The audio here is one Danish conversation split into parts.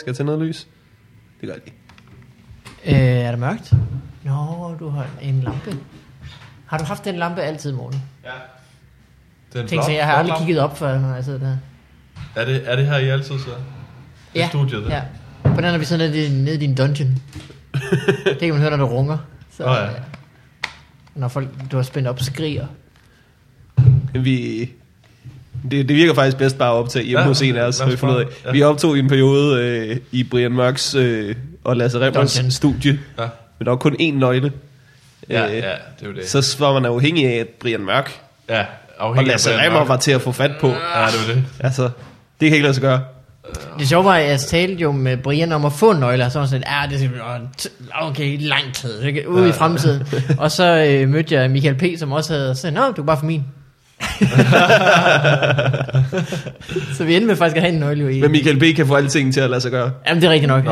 Skal jeg tænde noget lys? Det gør jeg lige. Er det mørkt? Nå, du har en lampe. Har du haft den lampe altid, Morten? Ja. Den Tænk så, jeg har aldrig kigget op før, når jeg sidder der. Er det her I altid så? Ja, studiet, ja. På den er vi så nede i din dungeon. Det kan man høre, når du runger. Så, ja. Når folk, du har spændt op, skriger. Det virker faktisk bedst bare at optage hjemme hos en af os. Ja. Vi optog i en periode i Brian Mørks og Lasse Remmers studie. Ja. Men der var kun én nøgle. Ja, det er jo det. Så var man afhængig af, at Brian Mørk og Lasse Remmer var til at få fat på. Ja, det var det. Altså, det kan ikke lade sig gøre. Det sjove var, at jeg talte jo med Brian om at få en nøgle, og så var sådan, det er okay, lang tid, ude i fremtiden. Og så mødte jeg Michael P., som også havde sagt, du kan bare få min. Så vi endte med faktisk at have en nøgle i. Men Michael B. kan få alle ting til at lade sig gøre. Jamen det er rigtigt nok.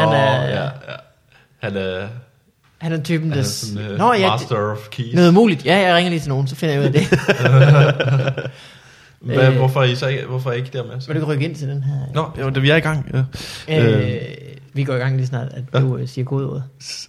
Han er typen, der... master of keys. Noget muligt. Ja, jeg ringer lige til nogen, så finder jeg ud af det. Hvorfor er I ikke der med? Vil du rykke ind til den her? Nå, jo, vi er i gang. Ja. Vi går i gang lige snart, at du siger kodeordet.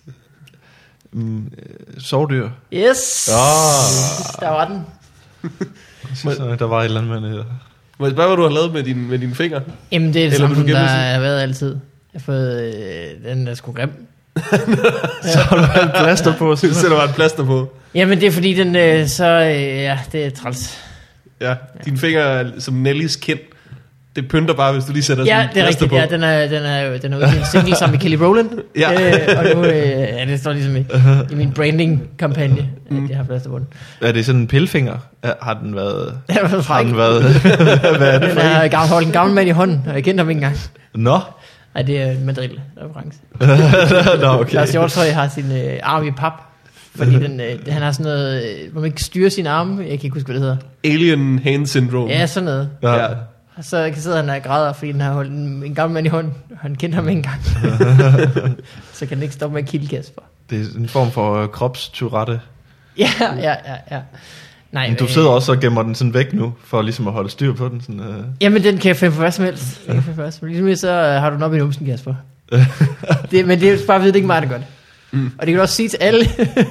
Sovdyr. Yes! Der var den. Der var et eller andet med det. Må jeg spørge, hvad du har lavet med dine fingre? Jamen det er det samme, som der har været altid. Jeg har fået den der sgu grim. Så har du et plaster på. Så der var et plaster på. Jamen det er fordi den det er træls. Ja, dine fingre er som Nellys kind. Det pynter bare, hvis du lige sætter sådan en plaster på. Ja, det er rigtigt. Den er ude i en single sammen med Kelly Rowland. Ja. Og nu det står ligesom i min branding-kampagne, at jeg har plaster på den. Er det sådan en pillefinger? Har den været... Har den været... Hvad er det for den har holdt en gammel mand i hånden, og jeg kendte ham ikke engang. Nå? Ej, det er Madrid reference. Nå, okay. Lars Hjortshøj har sin arm i pap. Fordi han har sådan noget, hvor man ikke styrer sine arme. Jeg kan ikke huske, hvad det hedder. Alien hand syndrome. Ja, sådan noget. Ja. Og så kan sidde han og græder, fordi den har holdt en gammel mand i hånden. Han kendte ham ikke engang. Så kan den ikke stoppe med at kilde Kasper. Det er en form for kropsturette. Ja. Nej, men du sidder også og gemmer den sådan væk nu, for ligesom at holde styr på den. Sådan, Jamen, den kan jeg finde på hvad som helst. Ligesom så har du den op i numsen, Kasper. Men det er bare ved, det er ikke mig, der gør det. Og det kan du også sige til alle,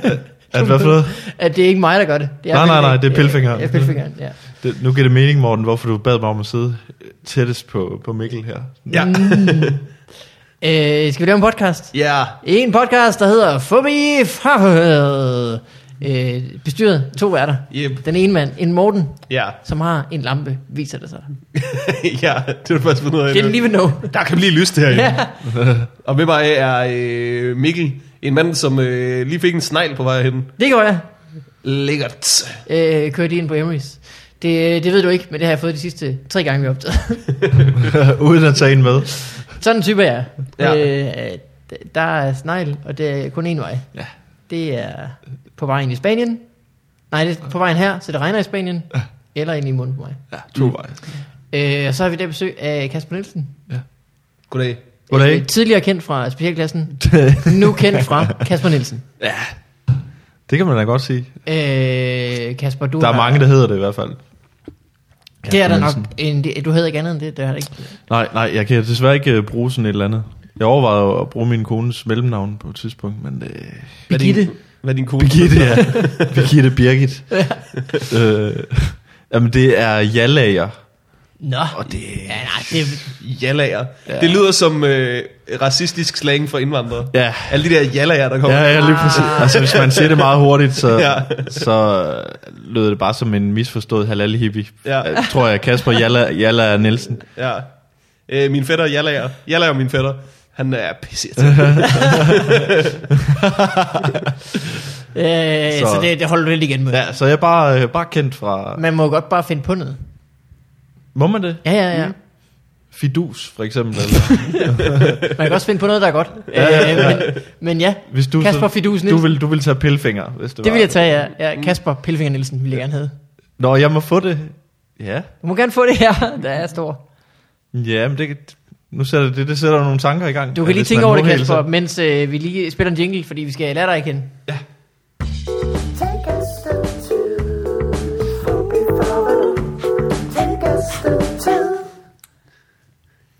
at det er ikke mig, der gør det. Nej, det er pillefingeren. Ja, pillefingeren, ja. Nu giver det mening, Morten, hvorfor du bad mig om at sidde tættest på Mikkel her. Ja. Skal vi lave en podcast? Ja. En podcast, der hedder Fobi fra bestyret 2 værter. Yep. Den ene mand, en Morten, som har en lampe, viser det sig. Ja, det er faktisk noget. Didn't even know. Der kan blive lyst herinde. Ja. Og med mig er Mikkel, en mand, som lige fik en snegl på vej hen. Det gør jeg. Lækkert. Kørte ind på Emery's. Det ved du ikke, men det har jeg fået de sidste 3 gange, vi har optaget. Uden at tage en med. Sådan en type er jeg. Der er snegl, og det er kun en vej. Ja. Det er på vejen i Spanien. Nej, det er på vejen her, så det regner i Spanien. Eller ind i munden på mig. Ja, 2 veje. Og så har vi der besøg af Kasper Nielsen. Ja. Goddag. Tidligere kendt fra specialklassen. Nu kendt fra Kasper Nielsen. Ja, det kan man da godt sige. Kasper, du der er mange, der hedder det i hvert fald. Kasper det er der nok. Du hedder ikke andet end det, det er ikke. Nej, jeg kan desværre ikke bruge sådan et eller andet. Jeg overvejede at bruge min kones mellemnavn på et tidspunkt, men Birgitte. Hvad er din kone? Birgitte, ja. Birgitte Birgit. Jamen, det er Jallager. Nå. Og det det Jallager. Ja. Det lyder som racistisk slang for indvandrere. Ja. Alle de der Jallager, der kommer. Ja, lige præcis. Altså, hvis man siger det meget hurtigt, så lyder det bare som en misforstået halal-hippie. Ja. Jeg tror jeg, Kasper Jallager Nielsen. Ja. Min fætter Jallager. Jallager, min fætter. Han er pisse. Så det holder du lidt igen med. Ja, så jeg er bare kendt fra... Man må godt bare finde på noget. Må man det? Ja. Fidus, for eksempel. Eller? Man kan også finde på noget, der er godt. Men ja, hvis du, Kasper Fidus Nielsen. Du vil tage pillefinger, hvis det vil jeg tage, ja. Kasper Pillefinger Nielsen vil jeg gerne have. Nå, jeg må få det. Ja. Du må gerne få det her, der er stor. Ja, men nu sætter det sætter nogle tanker i gang. Du kan lige tænke over det, Kasper, mens vi lige spiller en jingle, fordi vi skal lære dig igen. Ja.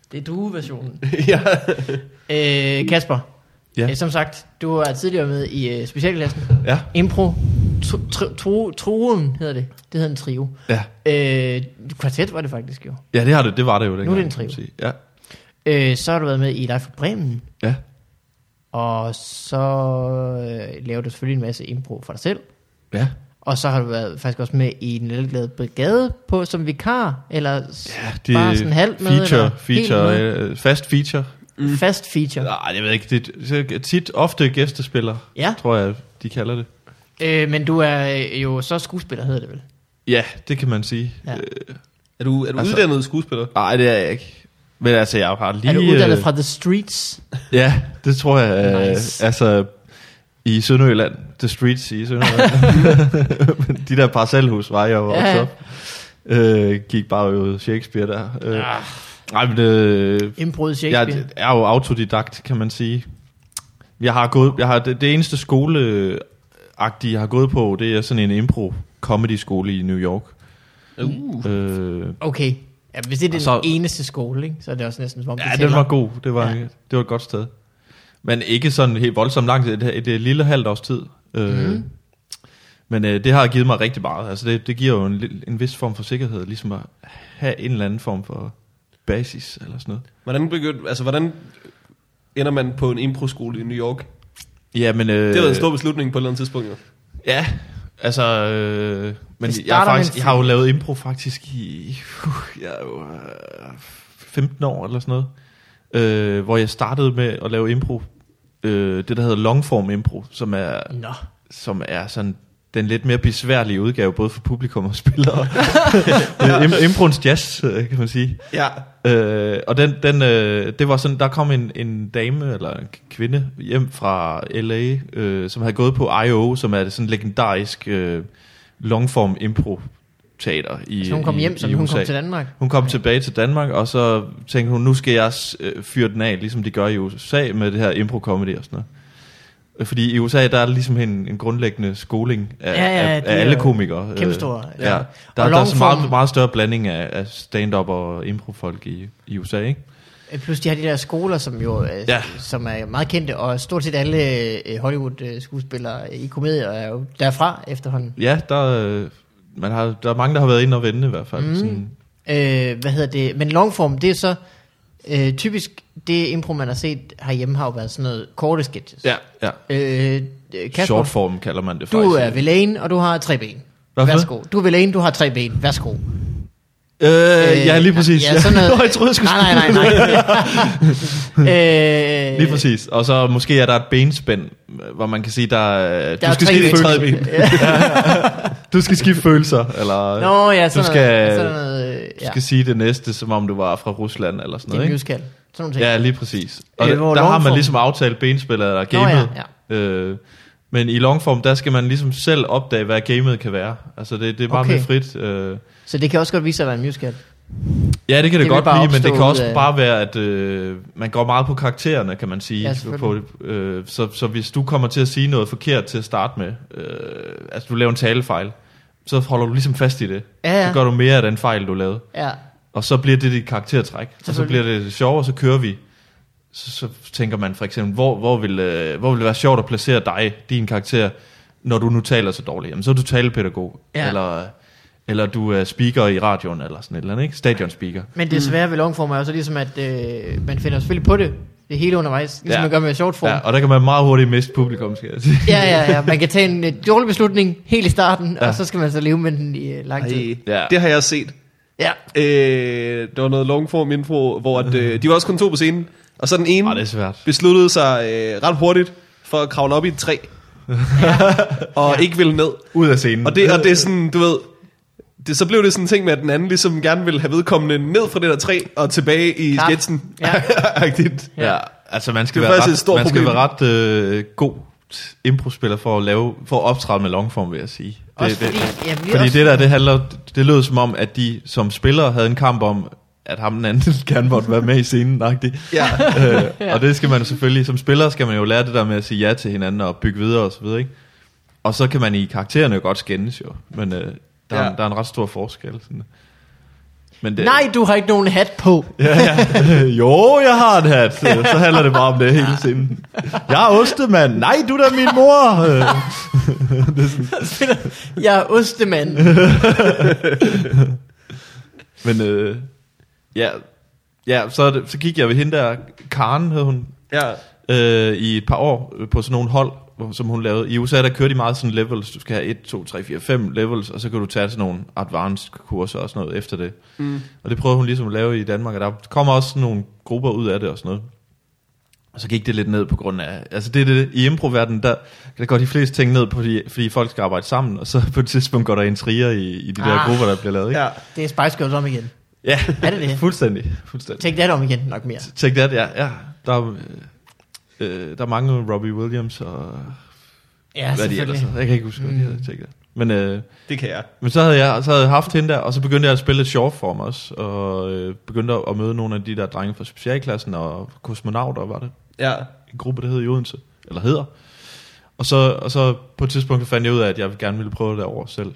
Det er du-versionen. Ja. Kasper, Ja. som sagt, du har tidligere med i specialklassen. Ja. Impro. Truen hedder det. Det hedder en trio. Ja. Kvartet var det faktisk jo. Ja, det var det jo. Nu er det en trio. Ja. Så har du været med i Live for Bremen. Ja. Og så laver du selvfølgelig en masse impro for dig selv. Ja. Og så har du været faktisk også med i Den Lilleglade Brigade på, som vikar, eller det bare sådan halvt med? Feature, fast feature. Fast feature. Nej, jeg ved ikke, det er ofte gæstespiller, tror jeg, de kalder det. Men du er jo så skuespiller, hedder det vel? Ja, det kan man sige. Ja. Er du uddannet skuespiller? Nej, det er jeg ikke. Men altså, jeg har lige... Er du uddannet fra The Streets? Ja, det tror jeg. Nice. Altså, i Sønderjylland. The Streets i Sønderjylland. De der parcelhus var jeg vokset op. Gik bare jo Shakespeare der. Nej, men Improd Shakespeare. Jeg er jo autodidakt, kan man sige. Jeg har det eneste skoleagtige, jeg har gået på, det er sådan en impro-comedy-skole i New York. Okay. Ja, hvis det er den eneste skole, ikke, så er det også næsten som om ja, den var god. Det var et godt sted. Men ikke sådan helt voldsomt langt. Et lille halvt års tid. Men det har givet mig rigtig meget. Altså det giver jo en vis form for sikkerhed, ligesom at have en eller anden form for basis eller sådan noget. Hvordan ender man på en improskole i New York? Ja, men det har været en stor beslutning på et eller andet tidspunkt. Jo. Ja, altså men jeg har jo lavet impro faktisk i 15 år eller sådan noget. Hvor jeg startede med at lave impro, det der hedder longform impro, som er sådan den lidt mere besværlige udgave, både for publikum og spillere. Improens jazz, kan man sige. Ja. Og det var sådan, der kom en dame eller en kvinde hjem fra LA, som havde gået på I.O., som er det sådan legendarisk longform impro teater i så hun kom hjem, så hun kom til Danmark? Hun kom tilbage til Danmark, og så tænkte hun, nu skal jeg fyre den af, ligesom de gør i USA med det her impro-comedy og sådan noget. Fordi i USA, der er ligesom en grundlæggende skoling af alle komikere. Kæmpestore. Ja. Der er så meget, meget større blanding af stand-up og impro-folk i USA, ikke? Plus de har de der skoler, som jo som er meget kendte, og stort set alle Hollywood-skuespillere i komedier er jo derfra efterhånden. Ja, der er mange, der har været inde og vende i hvert fald. Hvad hedder det? Men longform, det er så typisk det impro, man har set herhjemme, har jo været sådan noget korte sketches. Ja. Kasper, shortform kalder man det faktisk. Du er Villain, og du har 3 ben. Værsgo. Du er Villain, du har 3 ben. Værsgo. Ja, lige præcis. Ja, sådan noget. Jeg troede, jeg skulle nej. Lige præcis. Og så måske er der et benspænd, hvor man kan sige, du skal skifte følelser. Du skal skifte følelser, eller nå, ja, du skal sige det næste, som om du var fra Rusland, eller sådan noget. Det er musical. Sådan nogle ting. Ja, lige præcis. Og der har man ligesom aftalt benspil eller gamet. Ja. Men i longform, der skal man ligesom selv opdage, hvad gamet kan være. Altså det er bare mere frit. Så det kan også godt vise sig at være en musical? Ja, det kan det godt blive, men det kan også bare være, at man går meget på karaktererne, kan man sige. Ja, så hvis du kommer til at sige noget forkert til at starte med, altså du laver en talefejl, så holder du ligesom fast i det. Så gør du mere af den fejl, du lavede. Ja. Og så bliver det dit karaktertræk. Og så bliver det sjovere, så kører vi. Så tænker man for eksempel, hvor vil det være sjovt at placere dig, din karakter, når du nu taler så dårligt? Jamen, så er du talepædagog, eller du er speaker i radioen, eller sådan et eller andet, ikke? Stadionspeaker. Men det svære ved longform er jo så ligesom, at man finder selvfølgelig på det hele undervejs, ligesom man gør med shortform. Ja, og der kan man meget hurtigt miste publikum, skal jeg sige. Ja. Man kan tage en dårlig beslutning helt i starten, og så skal man så leve med den i lang tid. Ja. Det har jeg set. Ja. Der var noget longform info, hvor de var også kun 2 på scenen, og så den ene besluttede sig ret hurtigt for at kravle op i et træ, og ikke ville ned. Ud af scenen. Og det er sådan, du ved, så blev det sådan en ting med, at den anden ligesom gerne ville have vedkommende ned fra det der træ og tilbage i sketchen. Ja, altså man skal være ret god impro-spiller for at optræde med longform, vil jeg sige. Fordi det lød som om, at de som spillere havde en kamp om, at ham den anden gerne måtte være med i scenen. Og det skal man selvfølgelig, som spiller skal man jo lære det der med at sige ja til hinanden og bygge videre og så videre, ikke? Og så kan man i karaktererne jo godt skændes jo, men der er en ret stor forskel. Sådan. Men det, nej, du har ikke nogen hat på. Jo, jeg har en hat. Så handler det bare om det hele tiden. Jeg er ostemand. Nej, du er da min mor. Det er sådan. Jeg er ostemand. Men så gik jeg ved hende der, Karen hed hun, i et par år på sådan nogle hold, som hun lavede. I USA der kører de meget sådan levels. Du skal have 1, 2, 3, 4, 5 levels, og så kan du tage sådan nogle advanced kurser og sådan noget efter det. Og det prøvede hun ligesom at lave i Danmark, og der kommer også sådan nogle grupper ud af det og sådan noget. Og så gik det lidt ned på grund af, altså det i impro-verdenen, der går de fleste ting ned på, fordi folk skal arbejde sammen, og så på et tidspunkt går der intriger i de der grupper, der bliver lavet, ikke? Ja. Det er Spice Girls om igen. Ja, er det? Fuldstændig. Take That om igen, nok mere. Take That, ja. Der er mange Robbie Williams og ja, hvad de ellers. Jeg kan ikke huske, hvad de hedder. Take That. Men, det kan jeg. Men så havde jeg haft hende der, og så begyndte jeg at spille short form også, og begyndte at møde nogle af de der drenge fra specialklassen, og kosmonauter var det. Ja. En gruppe, der hedder i Odense, eller hedder. Og så på et tidspunkt fandt jeg ud af, at jeg gerne ville prøve det over selv.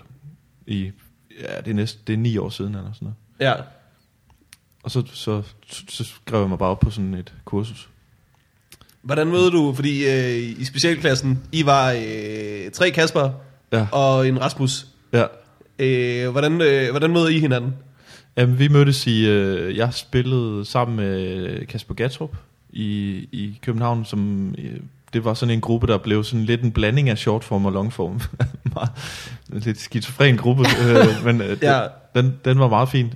Det er 9 år siden, eller sådan noget. Ja. Og så skrev jeg mig bare op på sådan et kursus. Hvordan mødte du, fordi i specialklassen, I var 3 Kasper og en Rasmus. Ja. Hvordan mødte I hinanden? Jamen, vi mødtes jeg spillede sammen med Kasper Gatrup i København, som det var sådan en gruppe, der blev sådan lidt en blanding af shortform og longform. Lidt skizofren gruppe, men den var meget fin.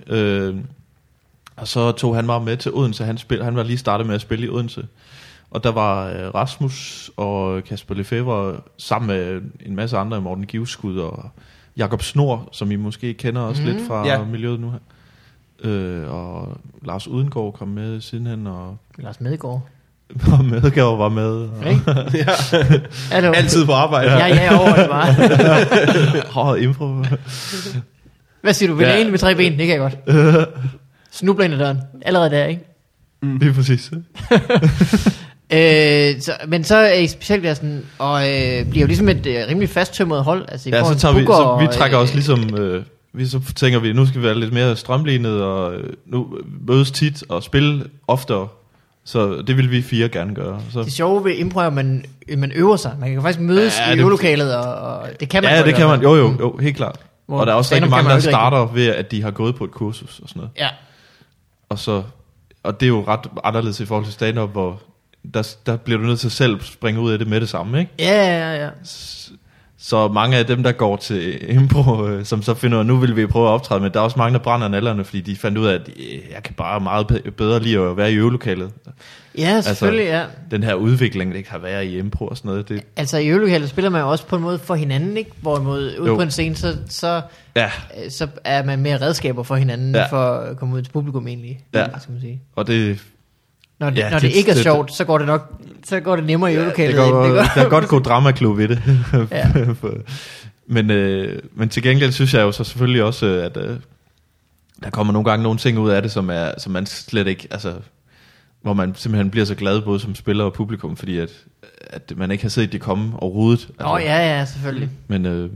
Og så tog han mig med til Odense. Han var lige startet med at spille i Odense. Og der var Rasmus og Kasper Lefebvre sammen med en masse andre, Morten Givskud og Jakob Snor, som I måske kender også lidt fra miljøet nu her. Og Lars Udengård kom med sidenhen. Og Lars Medegaard. Og Medegaard var med. Ja. Altid på arbejde. Ja, over det bare. Impro. Hvad siger du? Vil jeg med 3 ben? Det kan jeg godt. Snubler ind ad døren. Allerede der, ikke? Lige præcis. Men så er I specialklassen og bliver jo ligesom et rimelig fasttømret hold. Altså, ja, så tager vi trækker også ligesom så tænker vi, nu skal vi være lidt mere strømlignet og nu mødes tit og spille oftere. Så det vil vi 4 gerne gøre. Så. Det sjove ved impro er, at man øver sig. Man kan faktisk mødes i øvelokalet, og det kan man. Ja, det kan man. Jo, helt klart. Hvor og der er også rigtig mange, der starter ved, at de har gået på et kursus og sådan noget. Ja. Og det er jo ret anderledes i forhold til stand-up, hvor der bliver du nødt til selv springe ud af det med det samme, ikke? Ja. Så mange af dem, der går til impro, som så finder, nu vil vi prøve at optræde, men der er også mange, der brænder nallerne, fordi de fandt ud af, at jeg kan bare meget bedre lide at være i øvelokalet. Ja, selvfølgelig, altså, den her udvikling, det kan være i impro og sådan noget. Det. Altså i øvelokalet spiller man jo også på en måde for hinanden, ikke? Hvorimod ude på en scene, så er man mere redskaber for hinanden, for at komme ud til publikum egentlig. Ja, skal man sige. Og det... Når det ikke er sjovt, så går det nemmere i øvelokalet. Der kan godt gå dramaklub i det. Men til gengæld synes jeg jo så selvfølgelig også, at der kommer nogle gange nogle ting ud af det, som man slet ikke, altså, hvor man simpelthen bliver så glad både som spiller og publikum, fordi at man ikke har set det komme overhovedet. Altså, ja, selvfølgelig. Men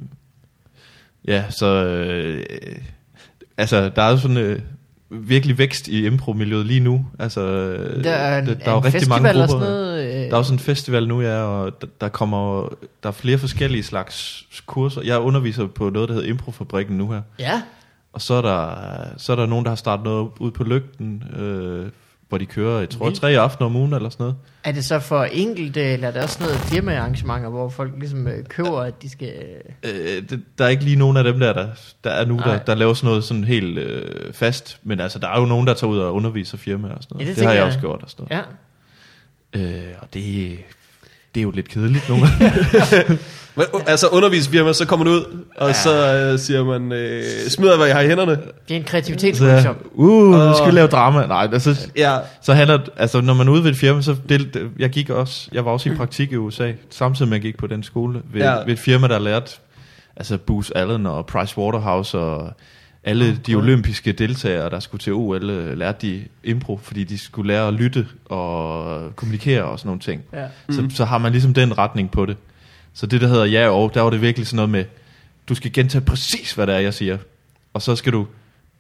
altså der er jo sådan virkelig vækst i impro-miljøet lige nu. Altså, der er jo rigtig mange grupper. Der er også en festival nu, og der er flere forskellige slags kurser. Jeg underviser på noget, der hedder Improfabrikken nu her. Ja. Og så er der nogen, der har startet noget ude på Lygten, hvor de kører, jeg tror, 3 aftener om ugen eller sådan noget. Er det så for enkelte, eller er der også noget firmaarrangementer, hvor folk ligesom køber, at de skal... Der er ikke lige nogen af dem der er nu, der laver sådan noget sådan helt fast. Men altså, der er jo nogen, der tager ud og underviser firmaer og sådan noget. Det har jeg også gjort og sådan noget. Ja. Og det er jo lidt kedeligt nogle gange. Altså undervisningsfirma, så kommer man ud, og så siger man, smider hvad jeg har i hænderne. Det er en kreativitetsworkshop. Nu skal vi lave drama. Nej, altså, så handler altså, når man er ude ved et firma, så jeg var også i praktik i USA, samtidig med at jeg gik på den skole, ved et firma, der lærte, altså Booz Allen og Price Waterhouse og alle de olympiske deltagere, der skulle til OL, lærte de impro, fordi de skulle lære at lytte og kommunikere og sådan nogle ting. Ja. Så har man ligesom den retning på det. Så det, der hedder der var det virkelig sådan noget med, du skal gentage præcis, hvad det er, jeg siger. Og så skal du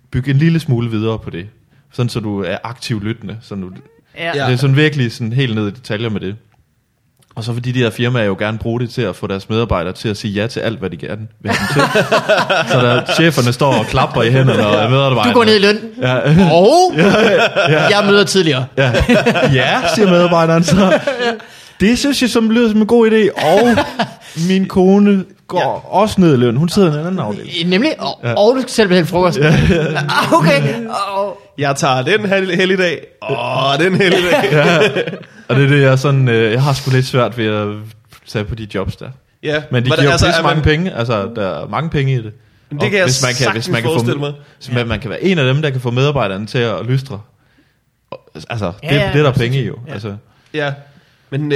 bygge en lille smule videre på det. Sådan så du er aktiv lyttende. Sådan du, det er sådan virkelig sådan helt ned i detaljer med det. Og så fordi de her firmaer jo gerne bruge det til at få deres medarbejdere til at sige ja til alt, hvad de gerne vil have dem til. Så der cheferne står og klapper i hænderne og medarbejderne. Du går ned i løn. Ja. Jeg møder tidligere. Ja, siger medarbejderen så. Det synes jeg som lyder som en god idé. Og min kone går også ned i løn. Hun sidder i en anden afdeling. Nemlig? Og du skal selv bestille frokost. Okay. Jeg tager den helligdag. Den helligdag. Og det er det, jeg sådan... jeg har sgu lidt svært ved at tage på de jobs der. Ja. Men de giver jo mange penge. Altså, der er mange penge i det. Det kan jeg sagtens forestille mig. Så man kan være en af dem, der kan få medarbejderne til at lystre. Altså, det er der penge i jo. Ja. Altså. Ja. Men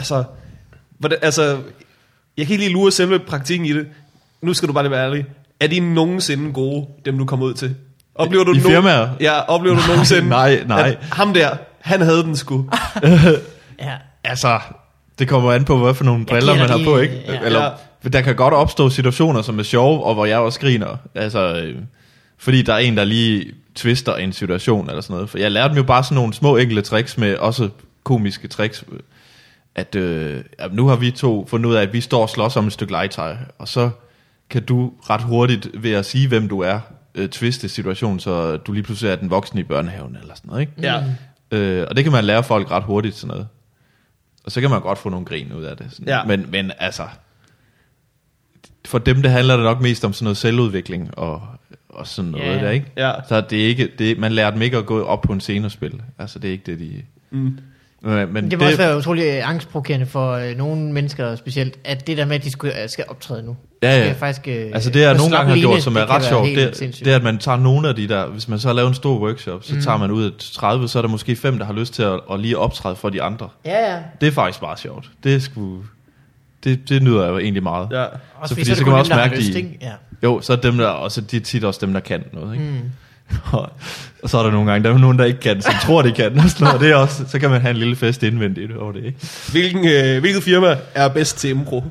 jeg kan ikke lige lure selve praktikken i det. Nu skal du bare lige være ærlig. Er de nogensinde gode, dem du kommer ud til? Oplever du I firmaer? Ja, oplever du nogensinde? Nej. At ham der, han havde den sgu. Ja. Altså, det kommer an på, hvad for nogle briller man har på, ikke? Ja. Eller, der kan godt opstå situationer, som er sjove, og hvor jeg også griner. Altså, fordi der er en, der lige twister en situation, eller sådan noget. For jeg lærte dem jo bare sådan nogle små enkle tricks, med også komiske tricks. At nu har vi to fundet ud af, at vi står og slås om et stykke legetøj, og så kan du ret hurtigt ved at sige, hvem du er, twiste situationen, så du lige pludselig er den voksne i børnehaven, eller sådan noget, ikke? Ja. Og det kan man lære folk ret hurtigt, sådan noget. Og så kan man godt få nogle grin ud af det. Sådan. Ja. Men altså, for dem, det handler det nok mest om sådan noget selvudvikling, og sådan noget der, ikke? Ja. Så det er ikke, man lærer dem ikke at gå op på en scene og spille. Altså, det er ikke det, de... Men det må også være utroligt angstprovokerende for nogle mennesker specielt, at det der med, at de skal optræde nu. Ja. Faktisk, altså det er nogle gange har gjort, som er ret sjovt, det er, at man tager nogle af de der, hvis man så har lavet en stor workshop, så tager man ud af 30, så er der måske 5, der har lyst til at lige optræde for de andre. Ja. Det er faktisk bare sjovt. Det nyder jeg jo egentlig meget. Ja. Så fordi så kan man også mærke, jo, så er dem der, og så de er tit også dem, der kan noget, ikke? Og så er der nogle gange, der er nogen, der ikke kan, som tror, de kan. Og sådan noget. Det er også, så kan man have en lille fest indvendigt over det, ikke? Hvilket firma er bedst til impro?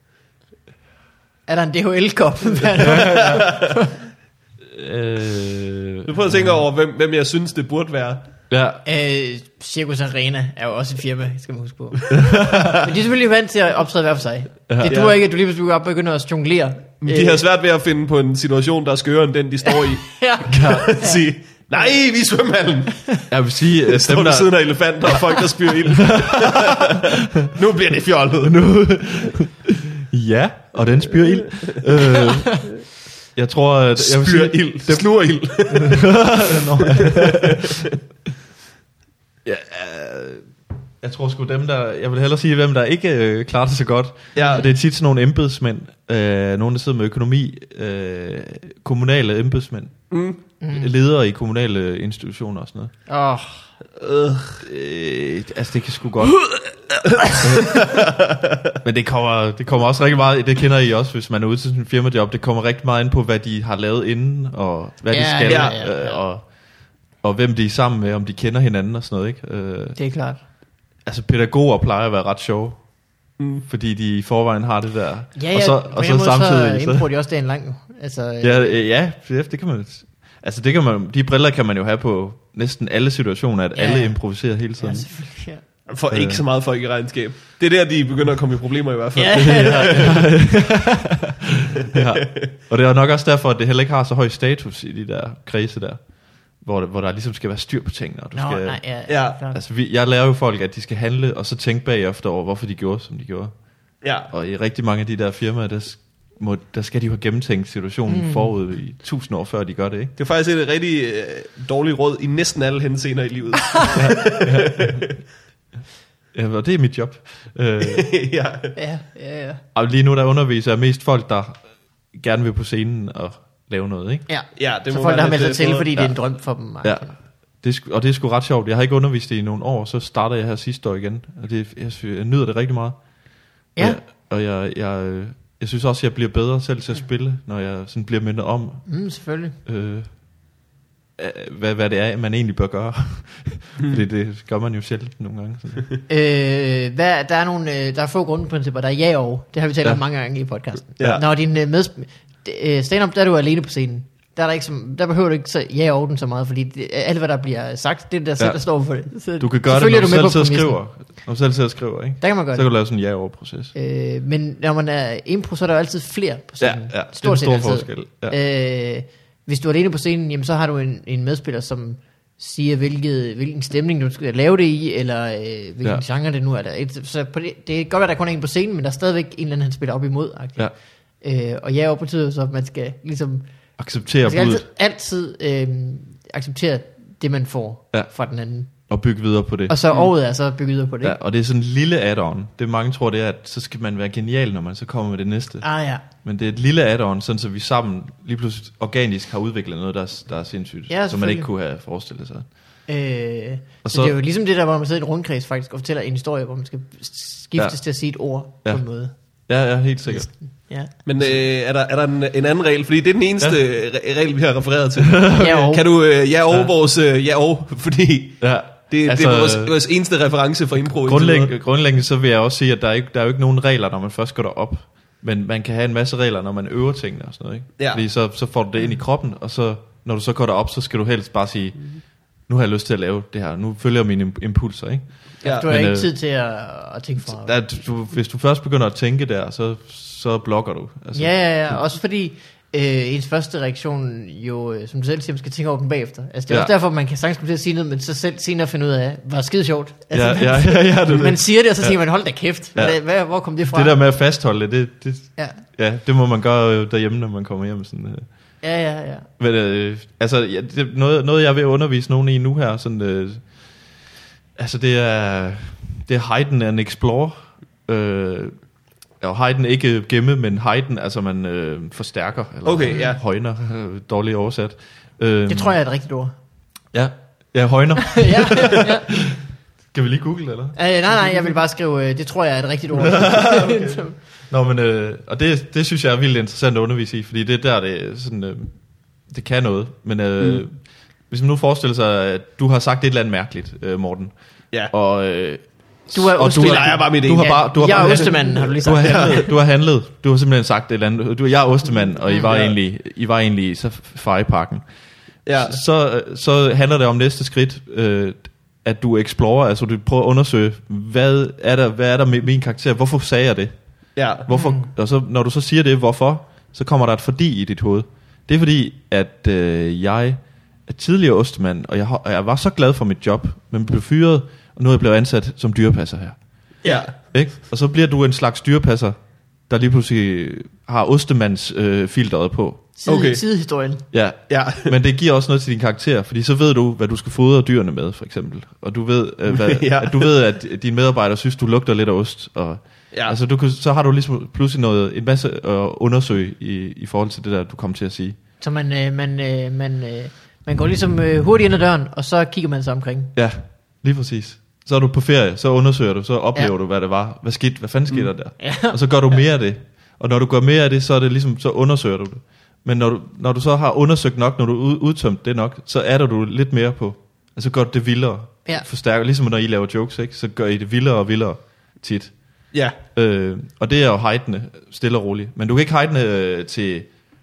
Er der en DHL-kop? Du prøver at tænke over, hvem jeg synes, det burde være. Ja. Circus Arena er jo også et firma, skal man huske på. Men de er selvfølgelig vant til at optræde hver for sig. Det duer ikke, at du lige pludselig begynder at jonglere. De har svært ved at finde på en situation, der er skørere end den, de står i. Kan sige, nej, vi er svømmehallen. Jeg vil sige, at står ved siden af elefanter og folk, der spyr ild. Nu bliver det fjollet. Ja, og den spyr ild. Jeg tror, at... Spyr ild. Snur ild. Ja, jeg tror sgu dem der... Jeg vil hellere sige, hvem der ikke klarer det så godt. Ja. Det er tit sådan nogle embedsmænd. Nogen, der sidder med økonomi. Kommunale embedsmænd. Ledere i kommunale institutioner og sådan noget. Altså, det kan sgu godt... Men det kommer også rigtig meget... Det kender I også, hvis man er ude til sådan en firmajob. Det kommer rigtig meget ind på, hvad de har lavet inden, og hvad de skal. Og hvem de er sammen med, om de kender hinanden og sådan noget, ikke? Det er klart. Altså, pædagoger plejer at være ret sjove. Fordi de i forvejen har det der. Ja, og så samtidig... Så impro de også dagen lang. Altså, ja, det kan man... Altså, det kan man, de briller kan man jo have på næsten alle situationer, at alle improviserer hele tiden. Ja, for ikke så meget folk i regnskab. Det er der, de begynder at komme i problemer i hvert fald. Ja. Og det er nok også derfor, at det heller ikke har så høj status i de der kredse der. Hvor der ligesom skal være styr på tingene. Altså, jeg lærer jo folk, at de skal handle, og så tænke bagefter over, hvorfor de gjorde, som de gjorde. Ja. Og i rigtig mange af de der firmaer, der skal de jo have gennemtænkt situationen forud i 1000 år, før de gør det, ikke? Det er faktisk et rigtig dårligt råd i næsten alle henseender i livet. Ja, og det er mit job. Ja. Og lige nu, der underviser jeg mest folk, der gerne vil på scenen og lave noget, ikke? Ja, det så folk, der har meldt sig til, fordi det er en drøm for dem. Ja. Og det er sgu ret sjovt. Jeg har ikke undervist det i nogle år, så starter jeg her sidste år igen. Og jeg nyder det rigtig meget. Ja. Og jeg synes også, at jeg bliver bedre selv til at spille, når jeg sådan bliver mindet om. Selvfølgelig. Hvad det er, man egentlig bør gøre. Fordi det gør man jo selv nogle gange. Der er få grundprincipper. Der er ja og. Det har vi talt om mange gange i podcasten. Ja. Når din stand-up, der er du alene på scenen. der behøver du ikke så ja den så meget, fordi alt hvad der bliver sagt, det er der selv, der står for det. Så du kan gøre det, når du selv skriver. Når du selv sidder og skriver, ikke? Der kan man gøre så kan du lave sådan en ja-over-proces. Men når man er impro, så er der jo altid flere på scenen. Ja, det er en stor forskel. Ja. Hvis du er alene på scenen, jamen, så har du en medspiller, som siger, hvilken stemning du skal lave det i, eller hvilken genre det nu er der. Så det kan godt være, der kun er en på scenen, men der er stadigvæk en eller anden, han spiller op imod. Og ja-over betyder så, at man skal ligesom acceptere budet. Altid acceptere det, man får fra den anden. Og bygge videre på det. Og så året er så bygge videre på det. Ja, og det er sådan en lille add-on. Det mange tror, det er, at så skal man være genial, når man så kommer med det næste. Men det er et lille add-on, sådan så vi sammen lige pludselig organisk har udviklet noget, der er sindssygt. Som man ikke kunne have forestillet sig. Så det er jo ligesom det der, hvor man sidder i en rundkreds faktisk og fortæller en historie, hvor man skal skiftes til at sige et ord på en måde. Ja, helt sikkert. Ja. Men er der en anden regel? Fordi det er den eneste regel, vi har refereret til. Kan du vores fordi det er vores eneste reference for impro. Grundlæggende så vil jeg også sige, at der er jo ikke nogen regler, når man først går derop. Men man kan have en masse regler, når man øver tingene og sådan noget. Ikke? Ja. Fordi så får du det ind i kroppen, og så når du så går derop, så skal du helst bare sige, nu har jeg lyst til at lave det her. Nu følger mine impulser, ikke? Ja. Du har ikke tid til at tænke fra. Hvis du først begynder at tænke der, så blokker du. Altså. Ja. Også fordi ens første reaktion jo, som du selv siger, man skal tænke over den bagefter. Altså det er også derfor, man kan sagtens komme til at sige noget, men så selv senere finde ud af, var skide sjovt. Altså, man siger det, og så siger man, hold da kæft. Ja. Hvor kom det fra? Det der med at fastholde det, det må man gøre derhjemme, når man kommer hjem. Sådan, Ja. Men det, noget jeg vil undervise nogen i nu her, sådan, altså det er hide and explore. Hiden ikke gemme, men hiden, altså man forstærker, eller højner, dårligt oversat. Det tror jeg er et rigtigt ord. Ja, højner. ja. Skal vi lige google, eller? Nej, jeg vil bare skrive, det tror jeg er et rigtigt ord. Okay. Nå, men, og det synes jeg er vildt interessant at undervise i, fordi det der, det sådan, det kan noget. Men hvis man nu forestiller sig, at du har sagt et eller andet mærkeligt, Morten, og du er ostemanden, har du lige sagt. Du har handlet. Du har simpelthen sagt et eller andet. Jeg er ostemand, og I var egentlig så Fejparken. Ja. Så handler det om næste skridt, at du explorer, altså du prøver at undersøge, hvad er der med min karakter? Hvorfor sagde jeg det? Ja. Hvorfor? Og så når du så siger det, hvorfor, så kommer der et fordi i dit hoved. Det er fordi, at jeg er tidligere ostemand, og jeg var så glad for mit job, men blev fyret, og nu er jeg blevet ansat som dyrepasser her. Ja. Ikke? Og så bliver du en slags dyrepasser, der lige pludselig har ostemands filteret på. Sidehistorien. Ja. Men det giver også noget til din karakter, fordi så ved du, hvad du skal fodre dyrene med, for eksempel. Og du ved, at dine medarbejdere synes, du lugter lidt af ost. Og, altså, så har du ligesom pludselig en masse at undersøge i forhold til det der, du kommer til at sige. Så man går ligesom hurtigt ind ad døren, og så kigger man sig omkring. Ja, lige præcis. Så er du på ferie, så undersøger du, så oplever du, hvad det var. Hvad fanden skete der? Ja. Og så gør du mere af det. Og når du gør mere af det, så er det ligesom, så undersøger du det. Men når du så har undersøgt nok, når du udtømt det nok, så er du lidt mere på. Altså gør det vildere. Ja. Forstærker, ligesom når I laver jokes, ikke? Så gør I det vildere og vildere tit. Ja. Og det er jo heidende, stille og roligt. Men du kan ikke heidende til...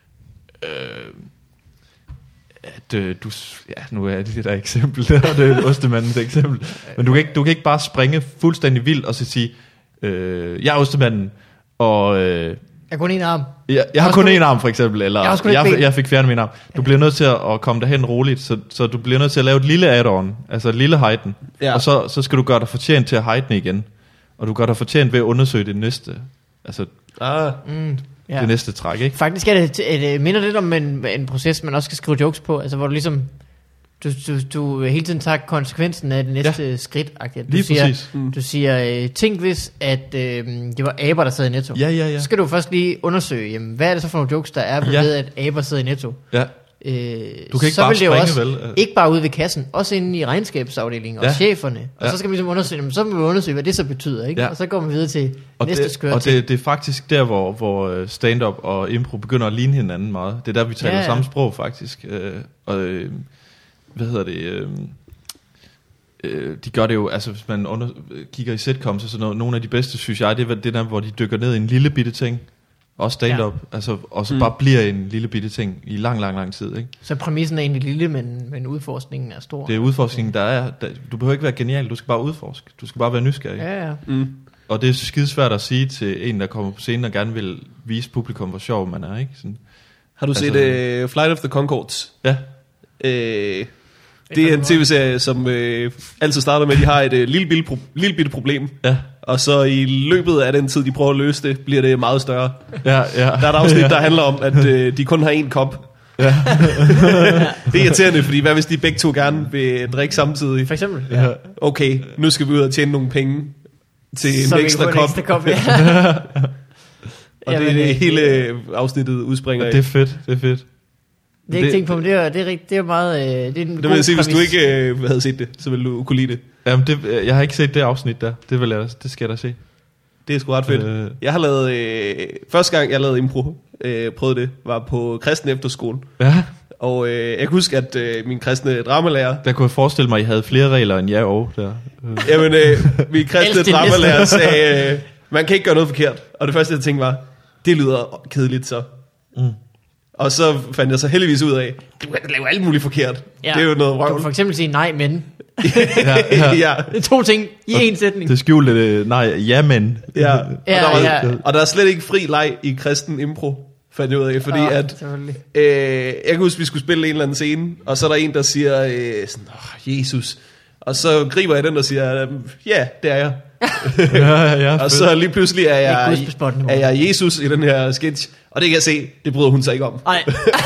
nu er det der eksempel, det er ostemandens eksempel. Men du kan ikke bare springe fuldstændig vildt og så sige, jeg er ostemanden, og... jeg har kun en arm. Jeg har kun en arm, for eksempel, eller jeg fik fjernet min arm. Du bliver nødt til at komme derhen roligt, så du bliver nødt til at lave et lille add-on, altså et lille heiden, og så skal du gøre dig fortjent til at heidne igen, og du gør dig fortjent ved at undersøge det næste, altså det næste træk, ikke? Faktisk er det minder lidt om en proces, man også skal skrive jokes på, altså hvor du ligesom du hele tiden tager konsekvensen af det næste skridt. Du siger, tænk hvis, at det var aber, der sad i Netto. Ja. Så skal du først lige undersøge, jamen, hvad er det så for nogle jokes, der er ved, at aber sidder i Netto. Ja. Du kan ikke så bare springe, vel? Ikke bare ude ved kassen, også inde i regnskabsafdelingen og cheferne. Og så skal vi ligesom undersøge, så må vi undersøge, hvad det så betyder, ikke? Og så går vi videre til næste skør. Og det er faktisk der, hvor stand-up og impro begynder at ligne hinanden meget. Det er der, vi taler samme sprog, faktisk. Hvad hedder det? De gør det jo, altså hvis man kigger i sitcoms og sådan noget, nogle af de bedste, synes jeg, det er det der, hvor de dykker ned i en lille bitte ting, Også stand-up, altså, og så bare bliver en lille bitte ting i lang tid, ikke? Så præmissen er egentlig lille, men udforskningen er stor. Det er udforskningen, du behøver ikke være genial, du skal bare udforske. Du skal bare være nysgerrig. Ja. Og det er skidesvært at sige til en, der kommer på scenen og gerne vil vise publikum, hvor sjov man er, ikke? Sådan. Har du set Flight of the Conchords? Ja. Det er en tv-serie, som altid starter med, at de har et lille bitte problem. Ja. Og så i løbet af den tid, de prøver at løse det, bliver det meget større. Ja. Der er et afsnit, der handler om, at de kun har én kop. Ja. Det er irriterende, fordi hvad hvis de begge to gerne vil drikke samtidig? For eksempel. Ja. Okay, nu skal vi ud og tjene nogle penge til en ekstra kop. Ja. Og det hele afsnittet udspringer af. Det er fedt. Det er ikke tænkt på, men det er meget... det vil jeg sige, hvis du ikke havde set det, så ville du kunne lide det. Jamen, jeg har ikke set det afsnit der. Det skal jeg da se. Det er sgu ret fedt. Jeg har lavet... første gang, jeg lavede impro, prøvede det, var på kristen efterskole. Ja. Og jeg kan huske, at min kristne dramalærer... Der kunne jeg forestille mig, at I havde flere regler end jeg og der. Jamen, min kristne dramalærer sagde, man kan ikke gøre noget forkert. Og det første, jeg tænkte var, det lyder kedeligt så. Og så fandt jeg så heldigvis ud af, du kan lave alt muligt forkert. Ja. Det er jo noget røvl. Du kan for eksempel sige nej, men. Ja. Det er 2 ting i én sætning. Det skjulte nej, ja, men. Ja. Og der er slet ikke fri leg i kristen impro, fandt jeg ud af. Fordi at, jeg kan huske, vi skulle spille en eller anden scene, og så er der en, der siger, Jesus. Og så griber jeg den og siger, ja, det er jeg. Og så lige pludselig er jeg Jesus i den her sketch. Og det kan jeg se, det bryder hun sig ikke om. Nej.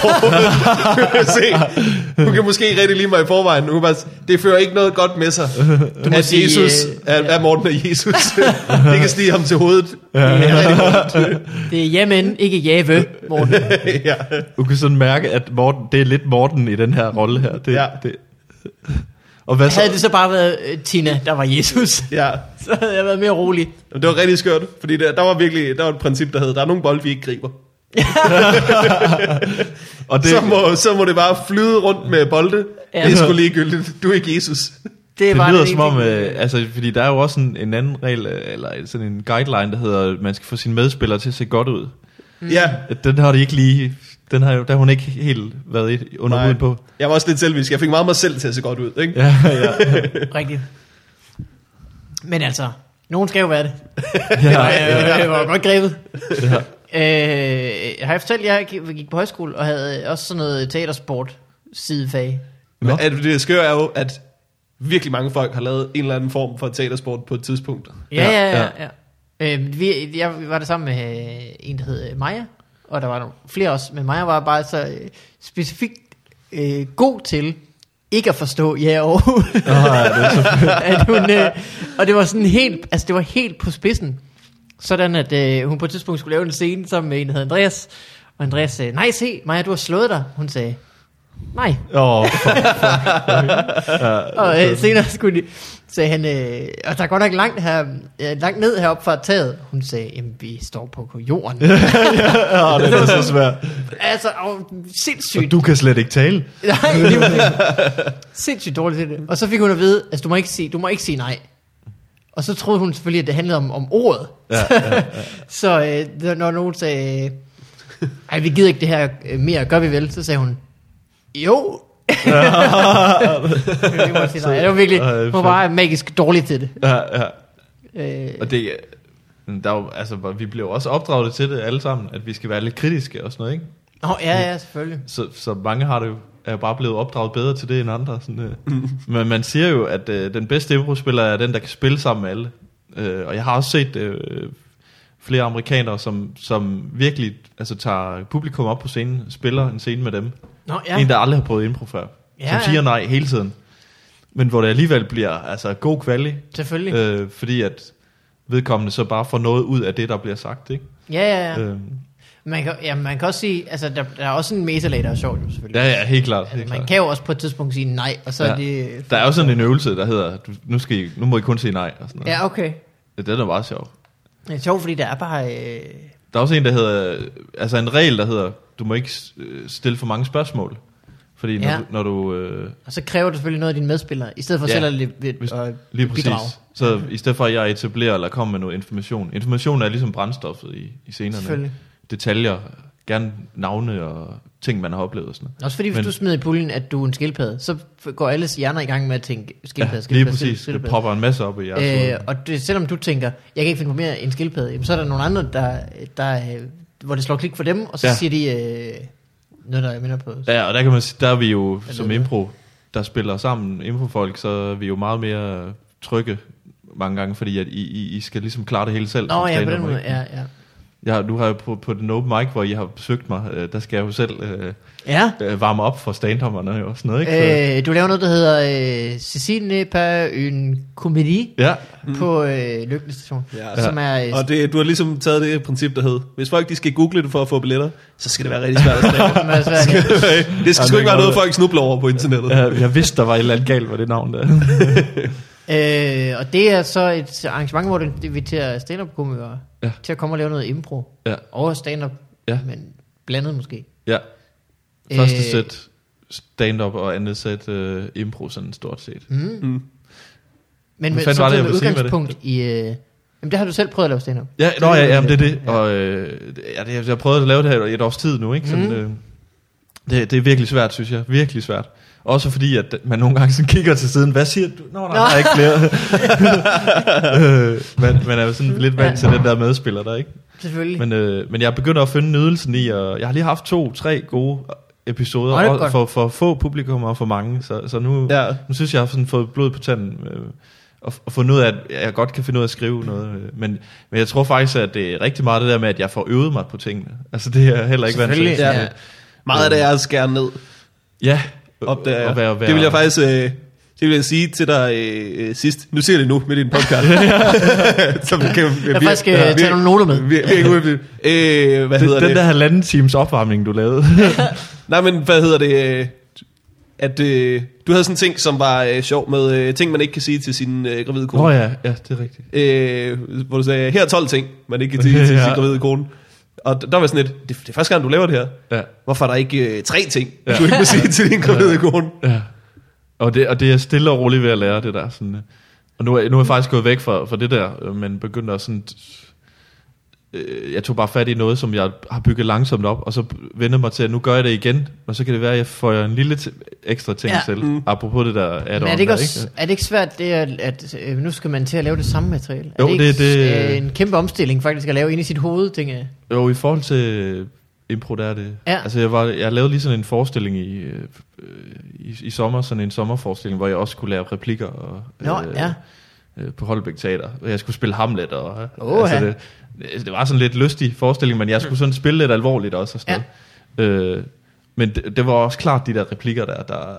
Hun kan måske rigtig lide mig i forvejen. Hun bare, det fører ikke noget godt med sig. At sige, Jesus er Morten og Jesus. Det kan stige ham til hovedet. Det er jamen, ikke jave, Morten. Ja. Du kan sådan mærke, at Morten, det er lidt Morten i den her rolle her. Det. Og hvad så? Havde det så bare været Tina, der var Jesus, ja. Så havde jeg været mere rolig. Det var rigtig skørt, fordi der var et princip, der hed, der er nogle bolde, vi ikke griber. Og det, så må det bare flyde rundt med bolde. Ja. Det er sgu ligegyldigt. Du er ikke Jesus. Det lyder som om, fordi der er jo også en anden regel, eller sådan en guideline, der hedder, at man skal få sine medspillere til at se godt ud. Ja. Den har de ikke lige... Der har hun ikke helt været under huden på. Jeg var også lidt selvisk. Jeg fik meget mig selv til at se godt ud, ikke? Ja. Rigtigt. Men altså, nogen skal jo være det. Det var godt grebet. Har jeg fortalt, at jeg gik på højskole og havde også sådan noget teatersport sidefag. Men det skøre er jo, at virkelig mange folk har lavet en eller anden form for teatersport på et tidspunkt. Ja. Jeg var der sammen med en, der hed Maja. Og der var nogle flere også, men Maja var bare så specifikt god til ikke at forstå ja og at hun, og det var sådan helt, altså det var helt på spidsen, sådan at hun på et tidspunkt skulle lave en scene sammen med en, der hed Andreas, og Andreas sagde, nej se, Maja, du har slået dig. Hun sagde, nej. Og senere skulle de, sagde han, og der går nok langt ned heroppe fra taget. Hun sagde, jamen vi står på jorden. Det er så svært. Altså, sindssygt. Og du kan slet ikke tale. Nej, det var sindssygt dårligt til det. Og så fik hun at vide, altså du må ikke sige nej. Og så troede hun selvfølgelig, at det handlede om ordet. Ja. Så når nogen sagde, ej, vi gider ikke det her mere, gør vi vel? Så sagde hun, jo. Det var virkelig, hun var bare magisk dårlig til det. Og det der er jo, altså, vi blev også opdraget til det alle sammen, at vi skal være lidt kritiske og sådan noget, ikke? Ja, selvfølgelig. Så mange har det jo, er jo bare blevet opdraget bedre til det end andre. Sådan, Men man siger jo, at den bedste impro-spiller er den, der kan spille sammen med alle. Og jeg har også set flere amerikanere, som virkelig altså, tager publikum op på scenen, spiller en scene med dem. En, der aldrig har prøvet impro før. Som siger nej hele tiden. Men hvor det alligevel bliver altså, god kvalitet. Selvfølgelig. Fordi at vedkommende så bare får noget ud af det, der bliver sagt, ikke? Ja. Man kan også sige, altså der er også en metalag, der er sjovt jo selvfølgelig. Ja, helt klart. Altså, man kan jo også på et tidspunkt sige nej, og så er det... Der er jo sådan en øvelse, der hedder, nu må I kun sige nej, og sådan noget. Ja, okay. Det er meget sjovt. Det er sjovt, fordi der er bare... Der er også en, der hedder, altså en regel, der hedder, du må ikke stille for mange spørgsmål. Fordi når du og så kræver det selvfølgelig noget af dine medspillere, i stedet for selv at lige præcis. bidrage. Så i stedet for, at jeg etablerer eller kommer med noget information. Information er ligesom brændstoffet i scenerne. detaljer, gerne navne og ting, man har oplevet. Og sådan. Også fordi, hvis du smider i puljen, at du er en skildpadde, så går alles hjerner i gang med at tænke skildpadde, lige præcis. Skildpadde. Det popper en masse op i jeres og det, selvom du tænker, jeg kan ikke finde på mere en skildpadde, så er der nogle andre, der hvor det slår klik for dem, og så siger de noget, der minder på. Ja, og der kan man sige, der er vi jo som impro, der spiller sammen improfolk, så er vi jo meget mere trygge mange gange, fordi at I skal ligesom klare det hele selv. Nå ja, på den måde, ja. Nu har jeg på den open mic, hvor I har besøgt mig, der skal jeg jo selv varme op for stand-upperne og sådan noget, ikke? Du laver noget, der hedder Cécile pas une comédie på Lykkelig Station. Ja, som er, og du har ligesom taget det princip, der hed, hvis folk de skal google det for at få billetter, så skal det være rigtig svært at stand. Det skal sgu ikke være noget, folk snubler over på internettet. Jeg vidste, der var et eller andet galt med det navn der. Og det er så et arrangement, hvor du inviterer stand-up-komikere til at komme og lave noget impro og stand-up, men blandet måske. Ja. Første sæt stand-up og andet sæt impro, sådan stort set. Men med udgangspunkt i... jamen det har du selv prøvet at lave stand-up. Ja, det er det. Og jeg har prøvet at lave det her i et års tid nu, ikke? Sådan, det er virkelig svært, synes jeg. Virkelig svært. Også fordi, at man nogle gange sådan kigger til siden. Hvad siger du? Nå, der er ikke flere. Man er jo sådan lidt vant til den der medspiller der, ikke? Selvfølgelig. Men jeg begynder at finde nydelsen i, og jeg har lige haft 2-3 gode episoder for få publikum og for mange. Så nu synes jeg, har sådan fået blod på tanden. Og fundet ud af, at jeg godt kan finde ud af at skrive noget. Men jeg tror faktisk, at det er rigtig meget det der med, at jeg får øvet mig på tingene. Altså det er heller ikke vant til. Ja. Meget af det er at skære ned. Ja. Det vil jeg faktisk det vil jeg sige til dig sidst. Nu siger det nu med din podcast. Som jeg faktisk skal tage nogle noter med. Hvad hedder det? Den der 1,5 times opvarmning du lavede. Nej, men hvad hedder det? At du havde sådan en ting, som var sjov med ting, man ikke kan sige til sin gravide kone. Ja, det er rigtigt. Hvor du sagde, her er 12 ting, man ikke kan sige til sin gravide kone. Og der var sådan et, det er første gang, du laver det her. Ja. Hvorfor er der ikke 3 ting, du ikke må sige til din gravide kone? Ja. Og det er stille og roligt ved at lære det der. Sådan, og nu er jeg faktisk gået væk fra det der, men begyndte at sådan... jeg tog bare fat i noget, som jeg har bygget langsomt op, og så vendte mig til, at nu gør jeg det igen, og så kan det være, at jeg får en lille ekstra ting selv, apropos det der add-on. Men er det ikke svært, det at nu skal man til at lave det samme materiale? Jo, er det ikke en kæmpe omstilling faktisk at lave ind i sit hoved, tænker jeg? Jo, i forhold til impro, der er det. Ja. Altså, jeg lavede lige sådan en forestilling i sommer, sådan en sommerforestilling, hvor jeg også kunne lave replikker og, på Holbæk Teater, og jeg skulle spille Hamlet, og altså det var sådan lidt lystig forestilling, men jeg skulle sådan spille lidt alvorligt også. Og sådan men det var også klart de der replikker der